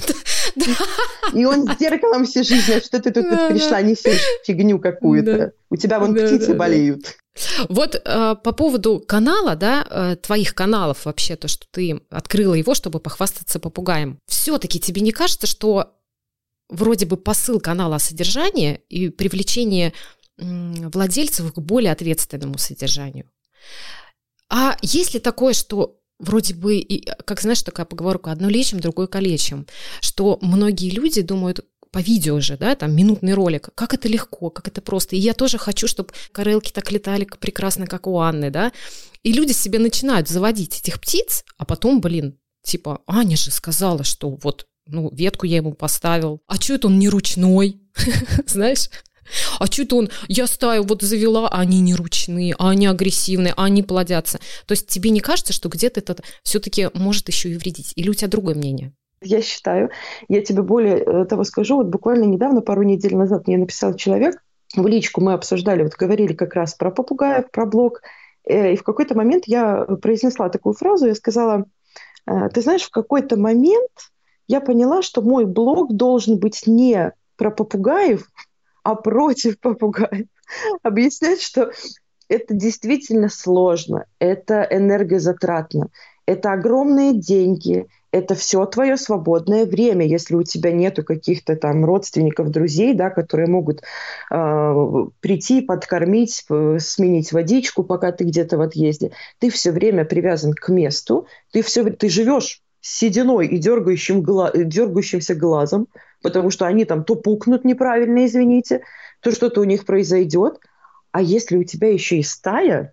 И он с зеркалом всю жизнь, а что ты тут пришла, несешь фигню какую-то. У тебя вон птицы болеют. Вот по поводу канала, да, твоих каналов вообще, то, что ты открыла его, чтобы похвастаться попугаем. Все-таки тебе не кажется, что вроде бы посыл канала о содержании и привлечение владельцев к более ответственному содержанию? А есть ли такое, что вроде бы, как знаешь, такая поговорка, одно лечим, другое калечим, что многие люди думают, по видео же, да, там минутный ролик, как это легко, как это просто. И я тоже хочу, чтобы карелки так летали прекрасно, как у Анны, да. И люди себе начинают заводить этих птиц, а потом, типа, Аня же сказала, что вот, ветку я ему поставил. А что это он не ручной? Знаешь? А что это он, я стаю вот завела, а они не ручные, а они агрессивные, а они плодятся. То есть тебе не кажется, что где-то это все-таки может еще и вредить? Или у тебя другое мнение? Я считаю, я тебе более того скажу, вот буквально недавно, пару недель назад мне написал человек, в личку мы обсуждали, вот говорили как раз про попугаев, про блог, и в какой-то момент я произнесла такую фразу, я сказала, ты знаешь, в какой-то момент я поняла, что мой блог должен быть не про попугаев, а против попугаев. Объяснять, что это действительно сложно, это энергозатратно, это огромные деньги, это все твое свободное время, если у тебя нету каких-то там родственников, друзей, да, которые могут прийти, подкормить, сменить водичку, пока ты где-то в отъезде. Ты все время привязан к месту, ты живешь с сединой и дергающимся глазом, потому что они там то пукнут неправильно, извините, то что-то у них произойдет. А если у тебя еще и стая,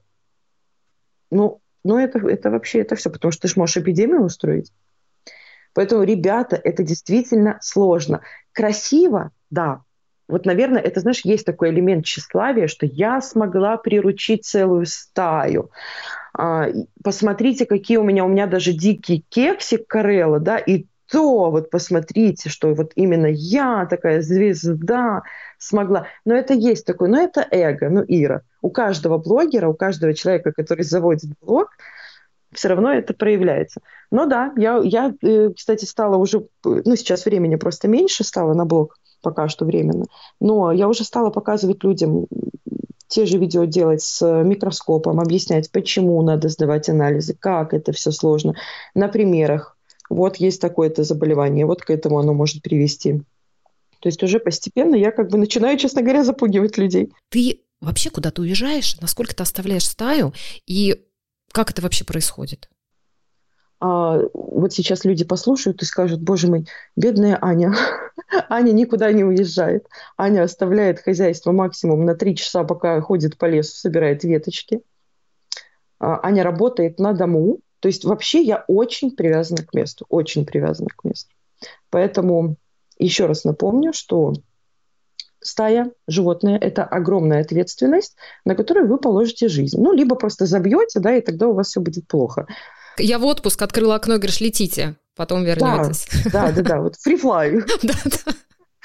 это вообще это все, потому что ты же можешь эпидемию устроить. Поэтому, ребята, это действительно сложно. Красиво, да. Вот, наверное, это, знаешь, есть такой элемент тщеславия, что я смогла приручить целую стаю. Посмотрите, какие у меня даже дикий кексик Карелла, да, и то вот посмотрите, что вот именно я такая звезда смогла. Но это есть такое, это эго, Ира. У каждого блогера, у каждого человека, который заводит блог, все равно это проявляется. Но да, я, кстати, стала уже, сейчас времени просто меньше стало на блог, пока что временно, но я уже стала показывать людям те же видео делать с микроскопом, объяснять, почему надо сдавать анализы, как это все сложно, на примерах. Вот есть такое-то заболевание, вот к этому оно может привести. То есть уже постепенно я начинаю, честно говоря, запугивать людей. Ты вообще куда-то уезжаешь? Насколько ты оставляешь стаю? И как это вообще происходит? Вот сейчас люди послушают и скажут, боже мой, бедная Аня. Аня никуда не уезжает. Аня оставляет хозяйство максимум на 3 часа, пока ходит по лесу, собирает веточки. Аня работает на дому. То есть вообще я очень привязана к месту. Очень привязана к месту. Поэтому еще раз напомню, что стая, животное – это огромная ответственность, на которую вы положите жизнь. Либо просто забьете, да, и тогда у вас все будет плохо. Я в отпуск открыла окно и говоришь, летите, потом вернетесь. Да, вот free fly.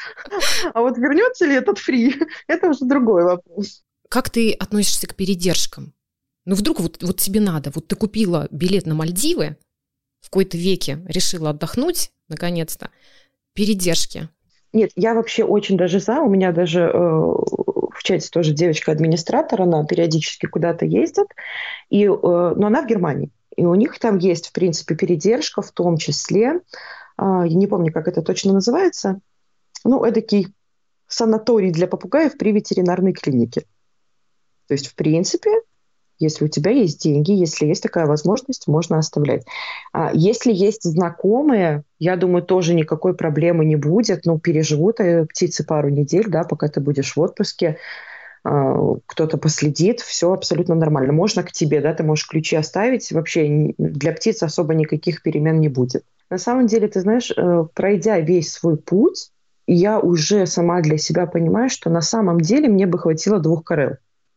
А вот вернется ли этот фри, это уже другой вопрос. Как ты относишься к передержкам? Ну, вдруг вот тебе надо, вот ты купила билет на Мальдивы, в какой-то веке решила отдохнуть, наконец-то, передержки. Нет, я вообще очень даже за. У меня даже в чате тоже девочка-администратор, она периодически куда-то ездит, но она в Германии. И у них там есть, в принципе, передержка, в том числе, я не помню, как это точно называется, ну, эдакий санаторий для попугаев при ветеринарной клинике. То есть, в принципе, если у тебя есть деньги, если есть такая возможность, можно оставлять. Если есть знакомые, я думаю, тоже никакой проблемы не будет. Ну, переживут птицы пару недель, да, пока ты будешь в отпуске. Кто-то последит, все абсолютно нормально. Можно к тебе, да, ты можешь ключи оставить. Вообще для птиц особо никаких перемен не будет. На самом деле, ты знаешь, пройдя весь свой путь, я уже сама для себя понимаю, что на самом деле мне бы хватило 2 корел.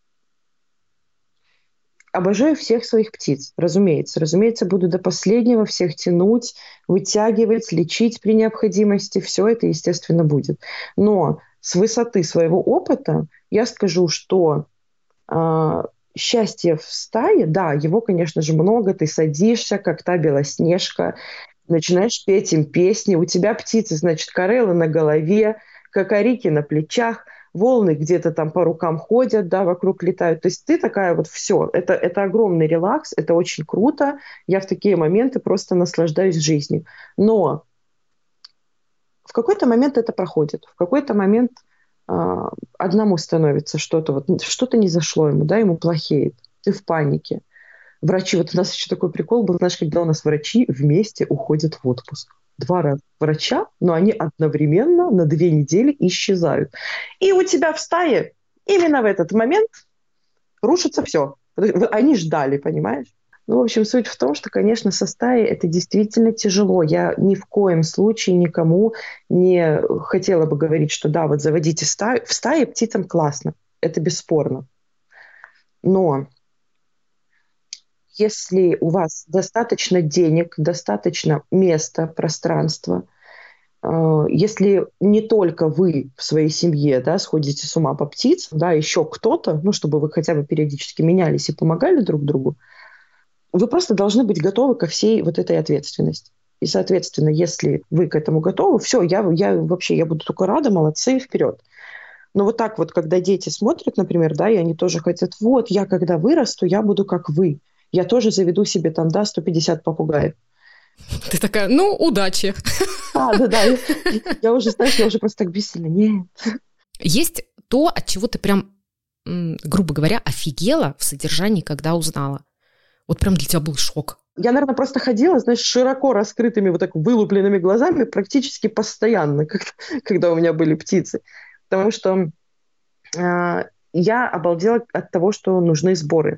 Обожаю всех своих птиц, разумеется. Разумеется, буду до последнего всех тянуть, вытягивать, лечить при необходимости. Все это, естественно, будет. Но с высоты своего опыта я скажу, что счастье в стае, да, его, конечно же, много. Ты садишься, как та Белоснежка, начинаешь петь им песни. У тебя птицы, значит, кореллы на голове, кокорики на плечах, волны где-то там по рукам ходят, да, вокруг летают. То есть ты такая вот все. Это огромный релакс, это очень круто. Я в такие моменты просто наслаждаюсь жизнью. Но в какой-то момент это проходит. В какой-то момент одному становится что-то, вот что-то не зашло ему, да, ему плохеет. Ты в панике. Врачи, вот у нас еще такой прикол был, знаешь, когда у нас врачи вместе уходят в отпуск. 2 раза врача, но они одновременно на 2 недели исчезают. И у тебя в стае именно в этот момент рушится все. Они ждали, понимаешь? Ну, в общем, суть в том, что, конечно, со стаей это действительно тяжело. Я ни в коем случае никому не хотела бы говорить, что да, вот заводите стаю. В стае птицам классно. Это бесспорно. Но если у вас достаточно денег, достаточно места, пространства, если не только вы в своей семье, да, сходите с ума по птицам, да, еще кто-то, ну, чтобы вы хотя бы периодически менялись и помогали друг другу, вы просто должны быть готовы ко всей вот этой ответственности. И, соответственно, если вы к этому готовы, все, я вообще, я буду только рада, молодцы, вперед. Но вот так вот, когда дети смотрят, например, да, и они тоже хотят, вот, я когда вырасту, я буду как вы. Я тоже заведу себе там, да, 150 попугаев. Ты такая, ну, удачи. Да. Я уже, знаешь, я уже просто так бессильна. Нет. Есть то, от чего ты прям, грубо говоря, офигела в содержании, когда узнала. Вот прям для тебя был шок. Я, наверное, просто ходила, знаешь, широко раскрытыми, вот так вылупленными глазами практически постоянно, когда у меня были птицы. Потому что я обалдела от того, что нужны сборы.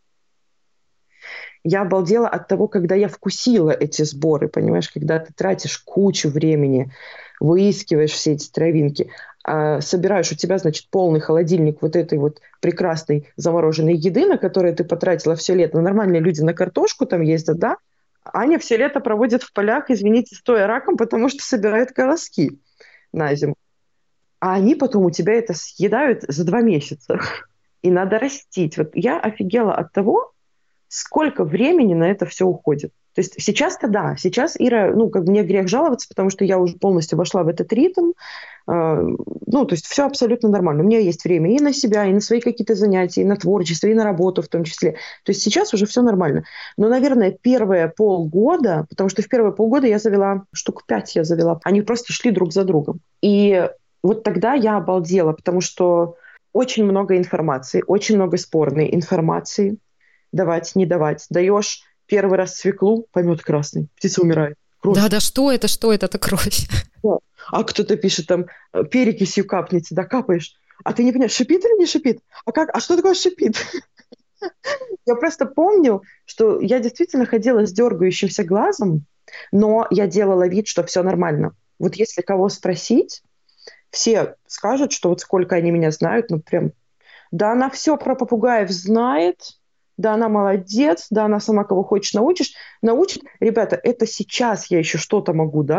Я обалдела от того, когда я вкусила эти сборы, понимаешь, когда ты тратишь кучу времени, выискиваешь все эти травинки, собираешь, у тебя, значит, полный холодильник вот этой вот прекрасной замороженной еды, на которую ты потратила все лето. Но нормальные люди на картошку там ездят, да? Аня все лето проводит в полях, извините, стоя раком, потому что собирает колоски на зиму. А они потом у тебя это съедают за 2 месяца. И надо растить. Вот я офигела от того, сколько времени на это все уходит. То есть сейчас-то да, сейчас, Ира, ну, как бы мне грех жаловаться, потому что я уже полностью вошла в этот ритм. Ну, то есть все абсолютно нормально. У меня есть время и на себя, и на свои какие-то занятия, и на творчество, и на работу в том числе. То есть сейчас уже все нормально. Но, наверное, первые полгода, потому что в первые полгода я завела, штук 5 я завела, они просто шли друг за другом. И вот тогда я обалдела, потому что очень много информации, очень много спорной информации. Давать, не давать. Даешь первый раз свеклу, помет красный, птица умирает. Кровь. Да, что это, это кровь. Да. А кто-то пишет там, перекисью капните, да, капаешь. А ты не понимаешь, шипит или не шипит? А что такое шипит? Я просто помню, что я действительно ходила с дергающимся глазом, но я делала вид, что все нормально. Вот если кого спросить, все скажут, что вот сколько они меня знают, ну прям, да она все про попугаев знает, да, она молодец, да, она сама кого хочешь научит. Ребята, это сейчас я еще что-то могу, да,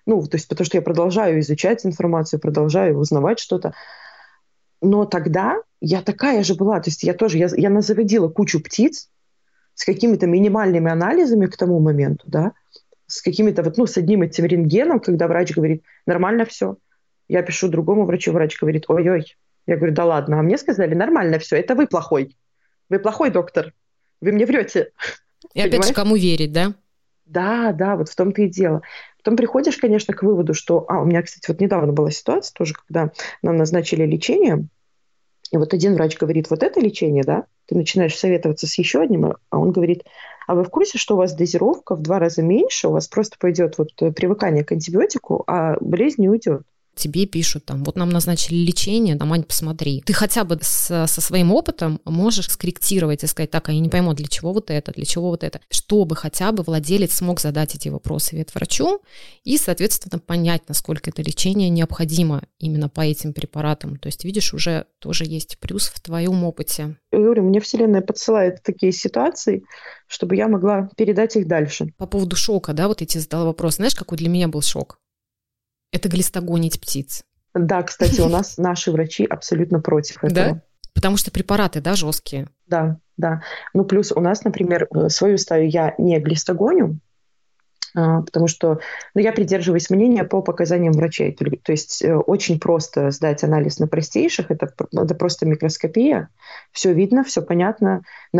Ну, то есть потому что я продолжаю изучать информацию, продолжаю узнавать что-то. Но тогда я такая же была. То есть я назаводила кучу птиц с какими-то минимальными анализами к тому моменту, да, с какими-то вот, ну, с одним этим рентгеном, когда врач говорит, нормально все. Я пишу другому врачу, врач говорит, ой-ой. Я говорю, да ладно, а мне сказали, нормально все, это вы плохой. Вы плохой доктор. Вы мне врете. И опять же, Понимаешь? кому верить, да? Да, да, вот в том-то и дело. Потом приходишь, конечно, к выводу, что... у меня, кстати, вот недавно была ситуация тоже, когда нам назначили лечение, и вот один врач говорит, вот это лечение, да, ты начинаешь советоваться с еще одним, а он говорит, а вы в курсе, что у вас дозировка в 2 раза меньше, у вас просто пойдет вот привыкание к антибиотику, а болезнь не уйдет. Тебе пишут там, вот нам назначили лечение, там, Ань, посмотри. Ты хотя бы со своим опытом можешь скорректировать и сказать, так, а я не пойму, для чего вот это, чтобы хотя бы владелец смог задать эти вопросы ветврачу и, соответственно, понять, насколько это лечение необходимо именно по этим препаратам. То есть, видишь, уже тоже есть плюс в твоем опыте. Я говорю, мне Вселенная подсылает такие ситуации, чтобы я могла передать их дальше. По поводу шока, да, вот я тебе задала вопрос. Знаешь, какой для меня был шок? Это глистогонить птиц. Да, кстати, у нас наши врачи абсолютно против этого. Да? Потому что препараты, да, жесткие. Да, да. Ну, плюс у нас, например, свою стаю я не глистогоню, потому что я придерживаюсь мнения по показаниям врачей. То есть очень просто сдать анализ на простейших, это просто микроскопия, все видно, все понятно.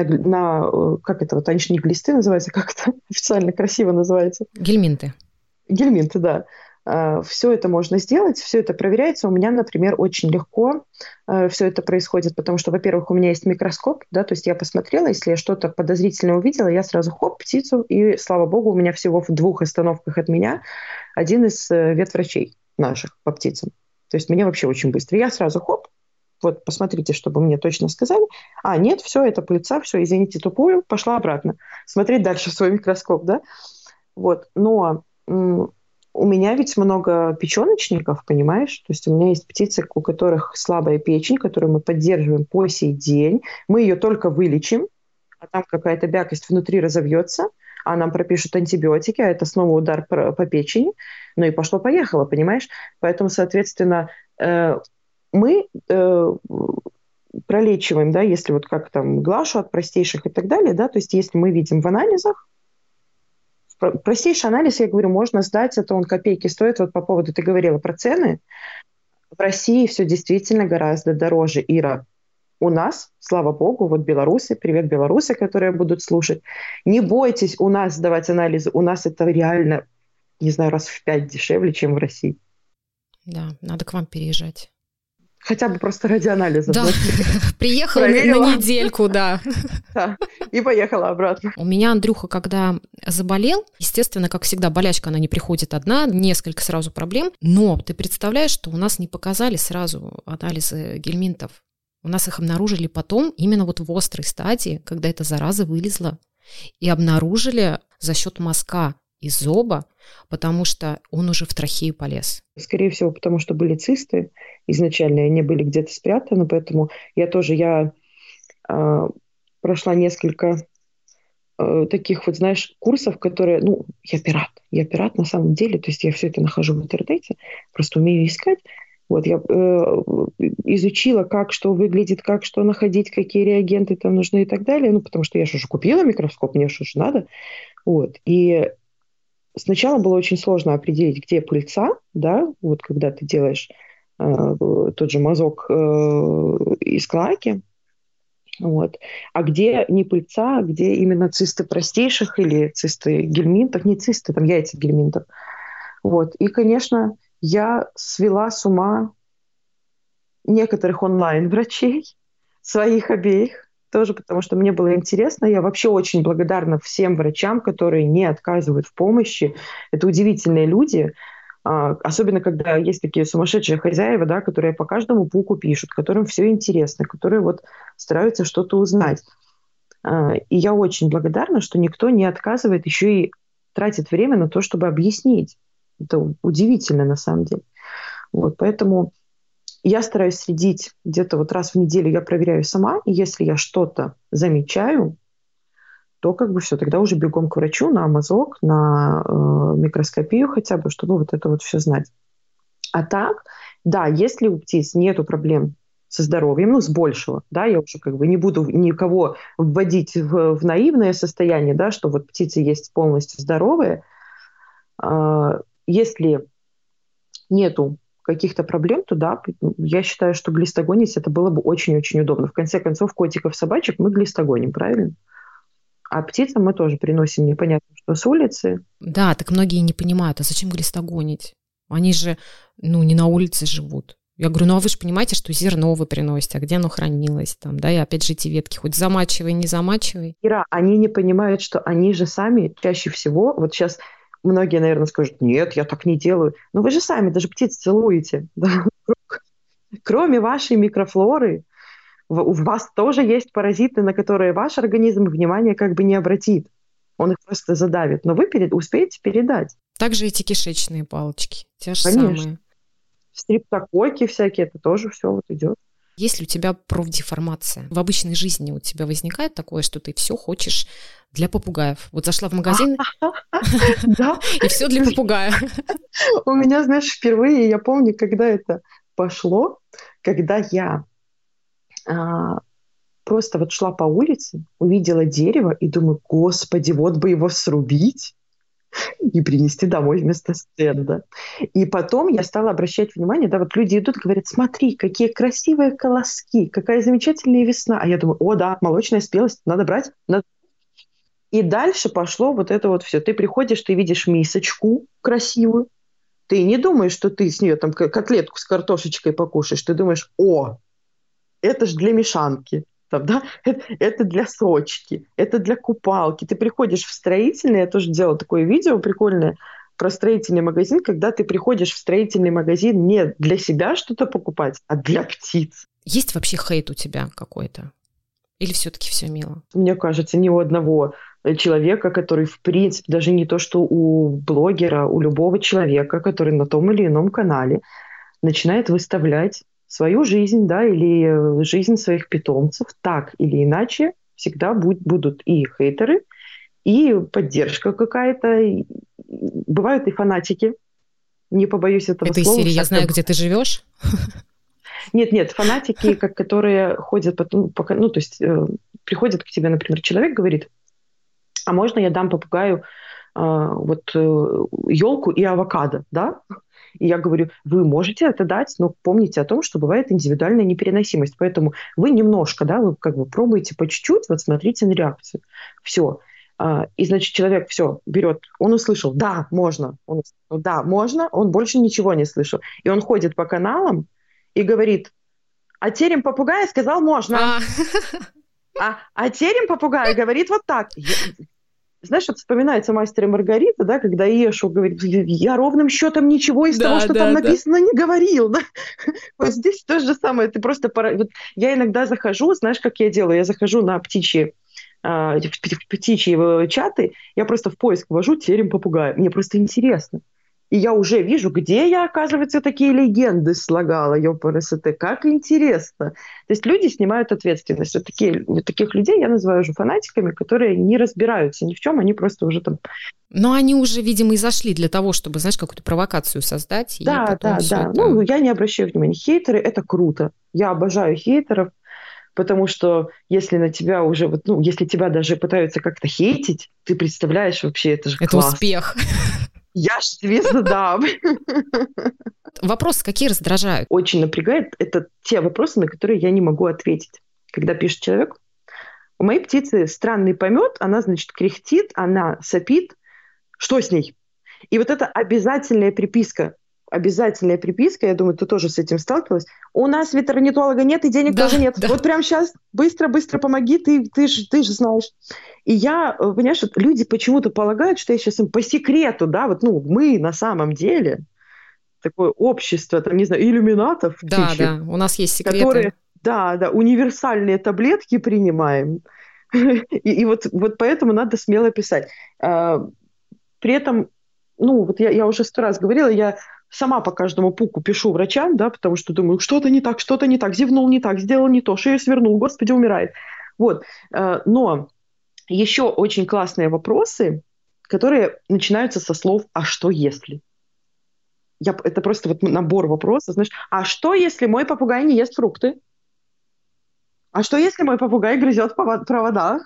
Как это, вот они же не глисты называются, как это официально красиво называется? Гельминты. Гельминты, да. Все это можно сделать, все это проверяется. У меня, например, очень легко все это происходит, потому что, во-первых, у меня есть микроскоп, да, то есть я посмотрела, если я что-то подозрительное увидела, я сразу хоп, птицу, и, слава богу, у меня всего в 2 остановках от меня один из ветврачей наших по птицам. То есть мне вообще очень быстро. Я сразу хоп, вот посмотрите, чтобы мне точно сказали. Нет, все, это пыльца, все, извините, тупую, пошла обратно. Смотреть дальше в свой микроскоп, да. Вот, но у меня ведь много печеночников, понимаешь? То есть у меня есть птицы, у которых слабая печень, которую мы поддерживаем по сей день. Мы ее только вылечим, а там какая-то бякость внутри разовьется, а нам пропишут антибиотики, а это снова удар по печени. Ну и пошло-поехало, понимаешь? Поэтому, соответственно, мы пролечиваем, да, если вот как там глашу от простейших и так далее, да, то есть если мы видим в анализах, простейший анализ, я говорю, можно сдать, это он копейки стоит. Вот по поводу, ты говорила про цены. В России все действительно гораздо дороже, Ира. У нас, слава богу, вот белорусы, привет белорусы, которые будут слушать, не бойтесь у нас сдавать анализы. У нас это реально, не знаю, раз в 5 дешевле, чем в России. Да, надо к вам переезжать. Хотя бы просто ради анализа. Да, приехала на недельку, да. Да, и поехала обратно. У меня Андрюха, когда заболел, естественно, как всегда, болячка, она не приходит одна, несколько сразу проблем. Но ты представляешь, что у нас не показали сразу анализы гельминтов. У нас их обнаружили потом, именно вот в острой стадии, когда эта зараза вылезла. И обнаружили за счет мазка из зоба, потому что он уже в трахею полез. Скорее всего, потому что были цисты изначально, они были где-то спрятаны, поэтому я прошла несколько таких вот, знаешь, курсов, которые, я пират на самом деле, то есть я все это нахожу в интернете, просто умею искать. Вот я изучила, как что выглядит, как что находить, какие реагенты там нужны и так далее, потому что я же уже купила микроскоп, мне же надо. Вот, и сначала было очень сложно определить, где пыльца, да, вот когда ты делаешь тот же мазок из клоаки, вот, а где не пыльца, где именно цисты простейших или цисты гельминтов, не цисты, там яйца гельминтов. Вот, и, конечно, я свела с ума некоторых онлайн-врачей, своих обеих, тоже потому что мне было интересно. Я вообще очень благодарна всем врачам, которые не отказывают в помощи. Это удивительные люди, особенно когда есть такие сумасшедшие хозяева, да, которые по каждому буку пишут, которым все интересно, которые вот стараются что-то узнать. И я очень благодарна, что никто не отказывает, еще и тратит время на то, чтобы объяснить. Это удивительно на самом деле. Вот, поэтому я стараюсь следить где-то вот раз в неделю, я проверяю сама, и если я что-то замечаю, то как бы все, тогда уже бегом к врачу на мазок, на микроскопию хотя бы, чтобы вот это вот все знать. А так, да, если у птиц нету проблем со здоровьем, ну, с большего, да, я уже как бы не буду никого вводить в наивное состояние, да, что вот птицы есть полностью здоровые. Если нету каких-то проблем, то да, я считаю, что глистогонить это было бы очень-очень удобно. В конце концов, котиков, собачек мы глистогоним, правильно? А птицам мы тоже приносим непонятно что с улицы. Да, так многие не понимают, а зачем глистогонить? Они же, не на улице живут. Я говорю, а вы же понимаете, что зерно вы приносите, а где оно хранилось там, да, и опять же эти ветки, хоть замачивай, не замачивай. Ира, они не понимают, что они же сами чаще всего, вот сейчас многие, наверное, скажут, нет, я так не делаю. Но вы же сами даже птиц целуете. Да? Кроме вашей микрофлоры, у вас тоже есть паразиты, на которые ваш организм внимания как бы не обратит. Он их просто задавит. Но вы успеете передать. Также эти кишечные палочки, те же Конечно. самые. Стриптококи всякие, это тоже все вот идет. Есть ли у тебя профдеформация? В обычной жизни у тебя возникает такое, что ты все хочешь для попугаев? Вот зашла в магазин, и все для попугая. У меня, знаешь, впервые, я помню, когда это пошло, когда я просто вот шла по улице, увидела дерево и думаю, господи, вот бы его срубить и принести домой вместо стенда. И потом я стала обращать внимание, да, вот люди идут, говорят, смотри, какие красивые колоски, какая замечательная весна. А я думаю, о, да, молочная спелость, надо брать. И дальше пошло вот это вот все. Ты приходишь, ты видишь мисочку красивую, ты не думаешь, что ты с нее там котлетку с картошечкой покушаешь, ты думаешь, о, это же для мешанки. Там, да? Это для сочки, это для купалки. Ты приходишь в строительный, я тоже делала такое видео прикольное про строительный магазин, когда ты приходишь в строительный магазин не для себя что-то покупать, а для птиц. Есть вообще хейт у тебя какой-то? Или все-таки все мило? Мне кажется, ни у одного человека, который, в принципе, даже не то, что у блогера, у любого человека, который на том или ином канале начинает выставлять свою жизнь, да, или жизнь своих питомцев, так или иначе, всегда будут и хейтеры, и поддержка какая-то. Бывают и фанатики, не побоюсь этого этой слова. Серии «Я знаю, где ты живешь»? Нет, фанатики, которые ходят, то есть приходит к тебе, например, человек, говорит, а можно я дам попугаю елку и авокадо, да? И я говорю, вы можете это дать, но помните о том, что бывает индивидуальная непереносимость. Поэтому вы немножко, да, вы как бы пробуете по чуть-чуть, вот смотрите на реакцию. Все. И, значит, человек все берет, он услышал, да, можно, он больше ничего не слышал. И он ходит по каналам и говорит, а терем попугая сказал можно. А терем попугая говорит вот так. Знаешь, вот вспоминается «Мастер и Маргарита», да, когда Иешуа говорит, я ровным счетом ничего из того, что там написано, не говорил. Да? Вот здесь то же самое. Ты просто вот я иногда захожу, знаешь, как я делаю? Я захожу на птичьи чаты, я просто в поиск ввожу терем попугая. Мне просто интересно. И я уже вижу, где я, оказывается, такие легенды слагала, ёпарасоте, как интересно. То есть люди снимают ответственность. Вот таких людей я называю уже фанатиками, которые не разбираются ни в чем, они просто уже там... Но они уже, видимо, и зашли для того, чтобы, знаешь, какую-то провокацию создать. Да. Ну, я не обращаю внимания. Хейтеры – это круто. Я обожаю хейтеров, потому что если на тебя уже, если тебя даже пытаются как-то хейтить, ты представляешь вообще, это же класс. Это успех. Я ж звезда. Вопросы какие раздражают? Очень напрягает. Это те вопросы, на которые я не могу ответить. Когда пишет человек, у моей птицы странный помет, она, значит, кряхтит, она сопит. Что с ней? И вот это обязательная приписка, я думаю, ты тоже с этим сталкивалась. У нас ветеринолога нет и денег тоже нет. Да. Вот прямо сейчас быстро помоги, ты же знаешь. И я, понимаешь, вот люди почему-то полагают, что я сейчас им по секрету, да, мы на самом деле такое общество, там, не знаю, иллюминатов. Да, у нас есть секреты. Которые, универсальные таблетки принимаем. И вот поэтому надо смело писать. При этом, я уже 100 раз говорила, я сама по каждому пуку пишу врачам, да, потому что думаю, что-то не так, зевнул не так, сделал не то, шею свернул, господи, умирает. Вот. Но Еще очень классные вопросы, которые начинаются со слов «а что если?». Это просто вот набор вопросов, знаешь. А что, если мой попугай не ест фрукты? А что, если мой попугай грызет провода?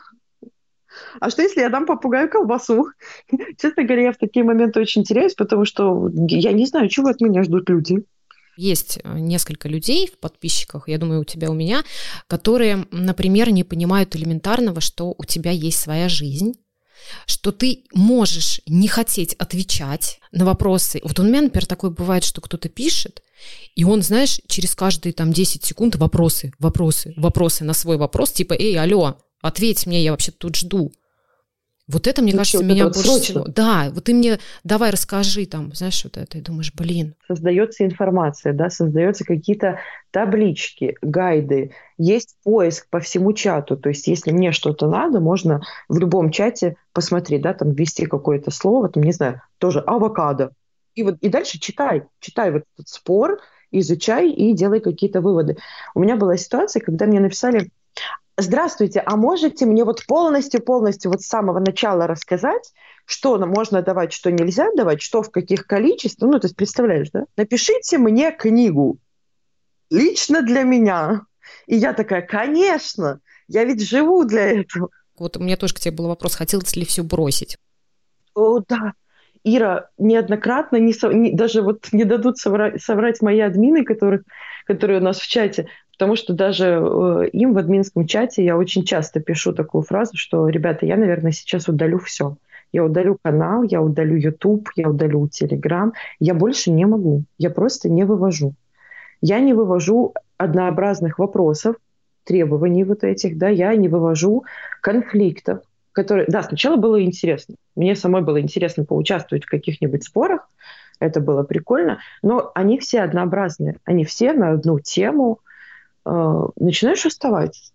А что, если я дам попугаю колбасу? Честно говоря, я в такие моменты очень теряюсь, потому что я не знаю, чего от меня ждут люди. Есть несколько людей в подписчиках, я думаю, у тебя, у меня, которые, например, не понимают элементарного, что у тебя есть своя жизнь, что ты можешь не хотеть отвечать на вопросы. Вот у меня, например, такое бывает, что кто-то пишет, и он, знаешь, через каждые там 10 секунд вопросы на свой вопрос, типа, эй, алло, ответь мне, я вообще тут жду. Вот это, мне кажется, меня больше всего... Да, вот ты мне давай расскажи там, знаешь, вот это, и думаешь, блин. Создается информация, да, создаются какие-то таблички, гайды, есть поиск по всему чату, то есть если мне что-то надо, можно в любом чате посмотреть, да, там ввести какое-то слово, там, не знаю, тоже авокадо, и дальше читай вот этот спор, изучай и делай какие-то выводы. У меня была ситуация, когда мне написали: здравствуйте, а можете мне вот полностью вот с самого начала рассказать, что можно давать, что нельзя давать, что в каких количествах? Ну, то есть, представляешь, да? Напишите мне книгу лично для меня. И я такая, конечно, я ведь живу для этого. Вот у меня тоже к тебе был вопрос, хотелось ли все бросить? О, да. Ира, неоднократно, даже вот не дадут соврать мои админы, которые у нас в чате, потому что даже им в админском чате я очень часто пишу такую фразу, что, ребята, я, наверное, сейчас удалю все. Я удалю канал, я удалю YouTube, я удалю Telegram. Я больше не могу. Я просто не вывожу. Я не вывожу однообразных вопросов, требований вот этих, да, я не вывожу конфликтов, которые... Да, сначала было интересно. Мне самой было интересно поучаствовать в каких-нибудь спорах. Это было прикольно. Но они все однообразные. Они все на одну тему. Начинаешь уставать.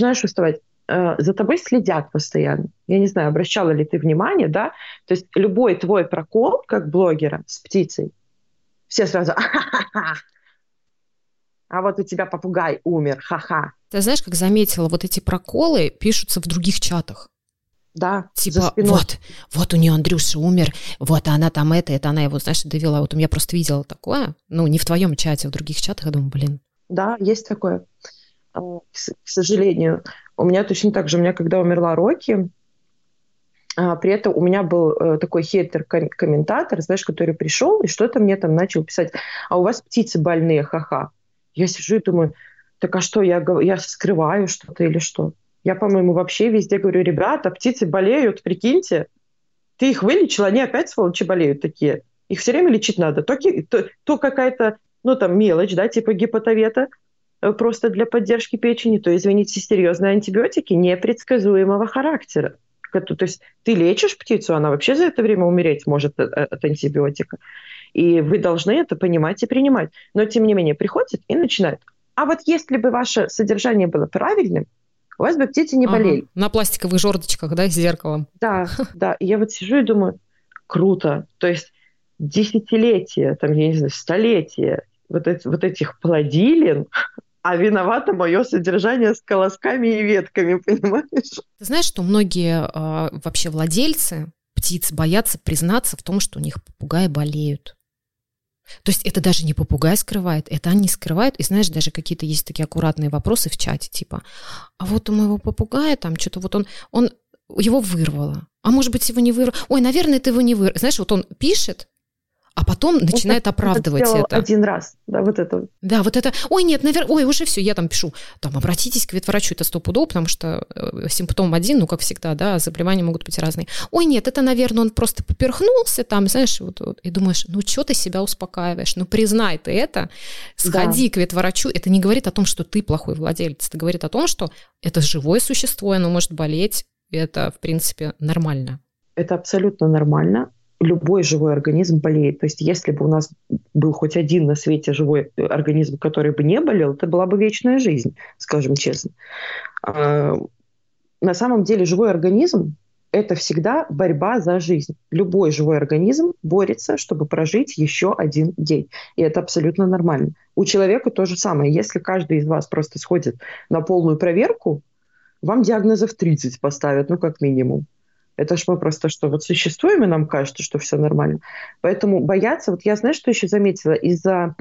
За тобой следят постоянно. Я не знаю, обращала ли ты внимание, да? То есть любой твой прокол, как блогера с птицей, все сразу а вот у тебя попугай умер, ха-ха. Ты знаешь, как заметила, вот эти проколы пишутся в других чатах. Да, типа, вот у нее Андрюша умер, вот она там это она его, знаешь, довела. Вот у меня просто видела такое, ну, не в твоем чате, а в других чатах, я думаю, блин. Да, есть такое. К сожалению. У меня точно так же, у меня когда умерла Рокки, при этом у меня был такой хейтер-комментатор, знаешь, который пришел и что-то мне там начал писать. А у вас птицы больные, ха-ха. Я сижу и думаю, так а что, я скрываю что-то или что? Я, по-моему, вообще везде говорю, ребята, птицы болеют, прикиньте. Ты их вылечил, они опять, сволочи, болеют такие. Их все время лечить надо. То какая-то, ну, там, мелочь, да, типа гепатовета, просто для поддержки печени, то, извините, серьезные антибиотики непредсказуемого характера. То есть ты лечишь птицу, она вообще за это время умереть может от антибиотика. И вы должны это понимать и принимать. Но, тем не менее, приходят и начинают. А вот если бы ваше содержание было правильным, у вас бы птицы не болели. На пластиковых жердочках, да, с зеркалом. Да. И я вот сижу и думаю, круто. То есть десятилетия, там, я не знаю, столетия вот этих плодилин, а виновато мое содержание с колосками и ветками, понимаешь? Ты знаешь, что многие вообще владельцы птиц боятся признаться в том, что у них попугаи болеют. То есть это даже не попугай скрывает, это они скрывают. И знаешь, даже какие-то есть такие аккуратные вопросы в чате, типа, а вот у моего попугая там что-то вот он его вырвало. А может быть, его не вырвало. Ой, наверное, ты его не вырвало. Знаешь, вот он пишет, а потом начинает оправдывать это. Один раз, да, вот это. Да, вот это, ой, нет, наверное, ой, уже все, я там пишу, там, обратитесь к ветврачу, это стопудово, потому что симптом один, ну, как всегда, да, заболевания могут быть разные. Ой, нет, это, наверное, он просто поперхнулся там, знаешь, вот, и думаешь, ну, что ты себя успокаиваешь, ну, признай ты это, сходи к ветврачу, это не говорит о том, что ты плохой владелец, это говорит о том, что это живое существо, оно может болеть, и это, в принципе, нормально. Это абсолютно нормально. Любой живой организм болеет. То есть если бы у нас был хоть один на свете живой организм, который бы не болел, это была бы вечная жизнь, скажем честно. На самом деле живой организм – это всегда борьба за жизнь. Любой живой организм борется, чтобы прожить еще один день. И это абсолютно нормально. У человека то же самое. Если каждый из вас просто сходит на полную проверку, вам диагнозов 30 поставят, ну, как минимум. Это ж мы просто что, вот существуем, и нам кажется, что все нормально. Поэтому бояться, вот я, знаешь, что еще заметила? Из-за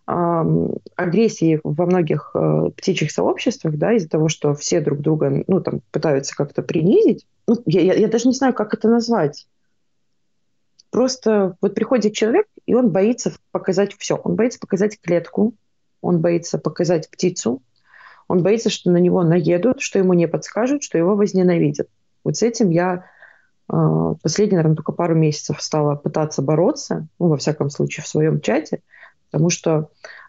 агрессии во многих птичьих сообществах, да, из-за того, что все друг друга, ну, там, пытаются как-то принизить, ну, я даже не знаю, как это назвать. Просто вот приходит человек, и он боится показать все. Он боится показать клетку, он боится показать птицу, он боится, что на него наедут, что ему не подскажут, что его возненавидят. Вот с этим я последние, наверное, только пару месяцев стала пытаться бороться, ну, во всяком случае, в своем чате, потому что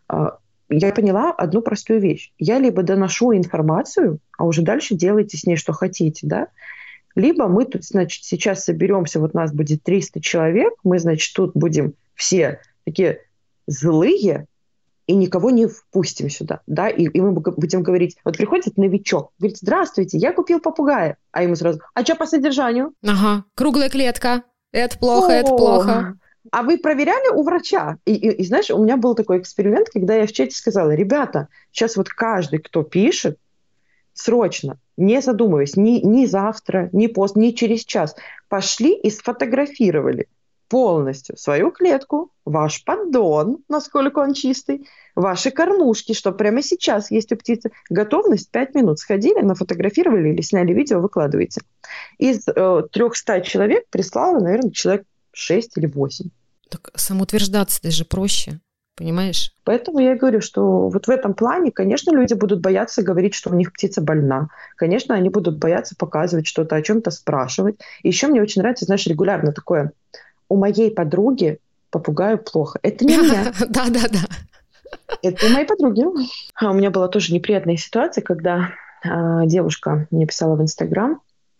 я поняла одну простую вещь. Я либо доношу информацию, а уже дальше делайте с ней, что хотите, да, либо мы тут, значит, сейчас соберемся, вот нас будет 300 человек, мы, значит, тут будем все такие злые, и никого не впустим сюда, да, и мы будем говорить, вот приходит новичок, говорит, здравствуйте, я купил попугая, а ему сразу, а что по содержанию? Ага, круглая клетка, это плохо, это плохо. А вы проверяли у врача? И знаешь, у меня был такой эксперимент, когда я в чате сказала, ребята, сейчас вот каждый, кто пишет, срочно, не задумываясь, ни завтра, ни пост, ни через час, пошли и сфотографировали полностью свою клетку, ваш поддон, насколько он чистый, ваши кормушки, что прямо сейчас есть у птицы. Готовность 5 минут. Сходили, нафотографировали или сняли видео, выкладываете. Из 300 человек прислало, наверное, человек 6 или 8. Так самоутверждаться даже проще, понимаешь? Поэтому я и говорю, что вот в этом плане, конечно, люди будут бояться говорить, что у них птица больна. Конечно, они будут бояться показывать что-то, о чем-то спрашивать. И еще мне очень нравится, знаешь, регулярно такое: у моей подруги попугаю плохо. Это не меня. Да. Это у моей подруги. У меня была тоже неприятная ситуация, когда девушка мне писала в Инстаграм,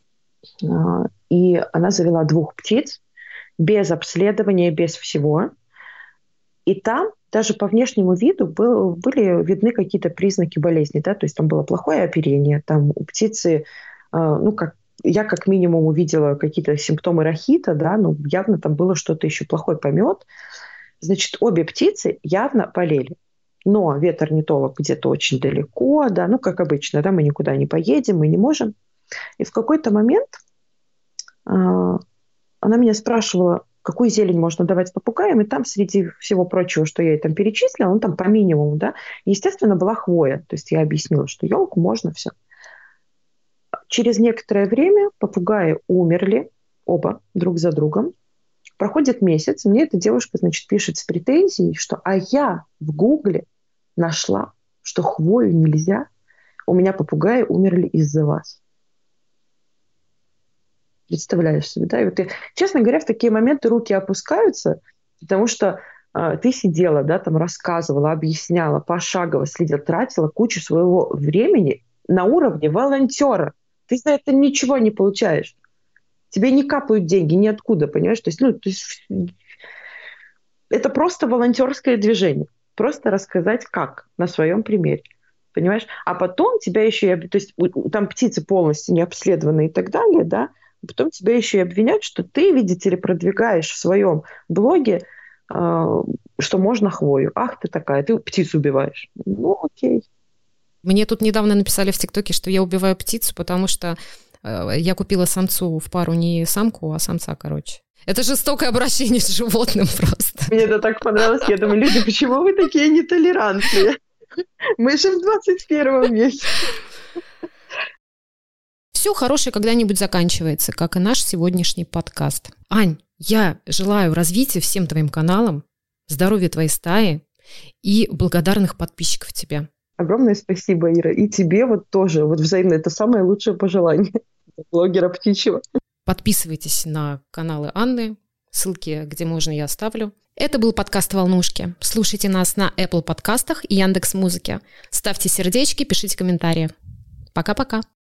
и она завела 2 птиц без обследования, без всего. И там даже по внешнему виду были видны какие-то признаки болезни, да, то есть там было плохое оперение, там у птицы, я как минимум увидела какие-то симптомы рахита, да, но явно там было что-то еще, плохой помет. Значит, обе птицы явно болели. Но веторнитолог где-то очень далеко, да, ну, как обычно, да, мы никуда не поедем, мы не можем. И в какой-то момент она меня спрашивала, какую зелень можно давать попугаям, и там среди всего прочего, что я ей там перечислила, он там по минимуму, да, естественно, была хвоя. То есть я объяснила, что елку можно, все. Через некоторое время попугаи умерли, оба друг за другом. Проходит месяц, мне эта девушка, значит, пишет с претензией, что «а я в Гугле нашла, что хвою нельзя, у меня попугаи умерли из-за вас». Представляешь себе, да? И вот честно говоря, в такие моменты руки опускаются, потому что ты сидела, да, там рассказывала, объясняла, пошагово следила, тратила кучу своего времени на уровне волонтера. Ты за это ничего не получаешь. Тебе не капают деньги ниоткуда, понимаешь? То есть, это просто волонтерское движение. Просто рассказать как на своем примере. Понимаешь? А потом тебя еще то есть там птицы полностью не обследованы и так далее, да? Потом тебя еще и обвинят, что ты, видите ли, продвигаешь в своем блоге, что можно хвою. Ах ты такая, ты птицу убиваешь. Ну, окей. Мне тут недавно написали в ТикТоке, что я убиваю птицу, потому что я купила самцу в пару не самку, а самца, короче. Это жестокое обращение с животным просто. Мне это так понравилось. Я думаю, люди, почему вы такие нетолерантные? Мы же в 21 веке. Все хорошее когда-нибудь заканчивается, как и наш сегодняшний подкаст. Ань, я желаю развития всем твоим каналам, здоровья твоей стаи и благодарных подписчиков тебе. Огромное спасибо, Ира. И тебе вот тоже. Вот взаимно. Это самое лучшее пожелание блогера птичьего. Подписывайтесь на каналы Анны. Ссылки, где можно, я оставлю. Это был подкаст «Волнушки». Слушайте нас на Apple подкастах и Яндекс.Музыке. Ставьте сердечки, пишите комментарии. Пока-пока.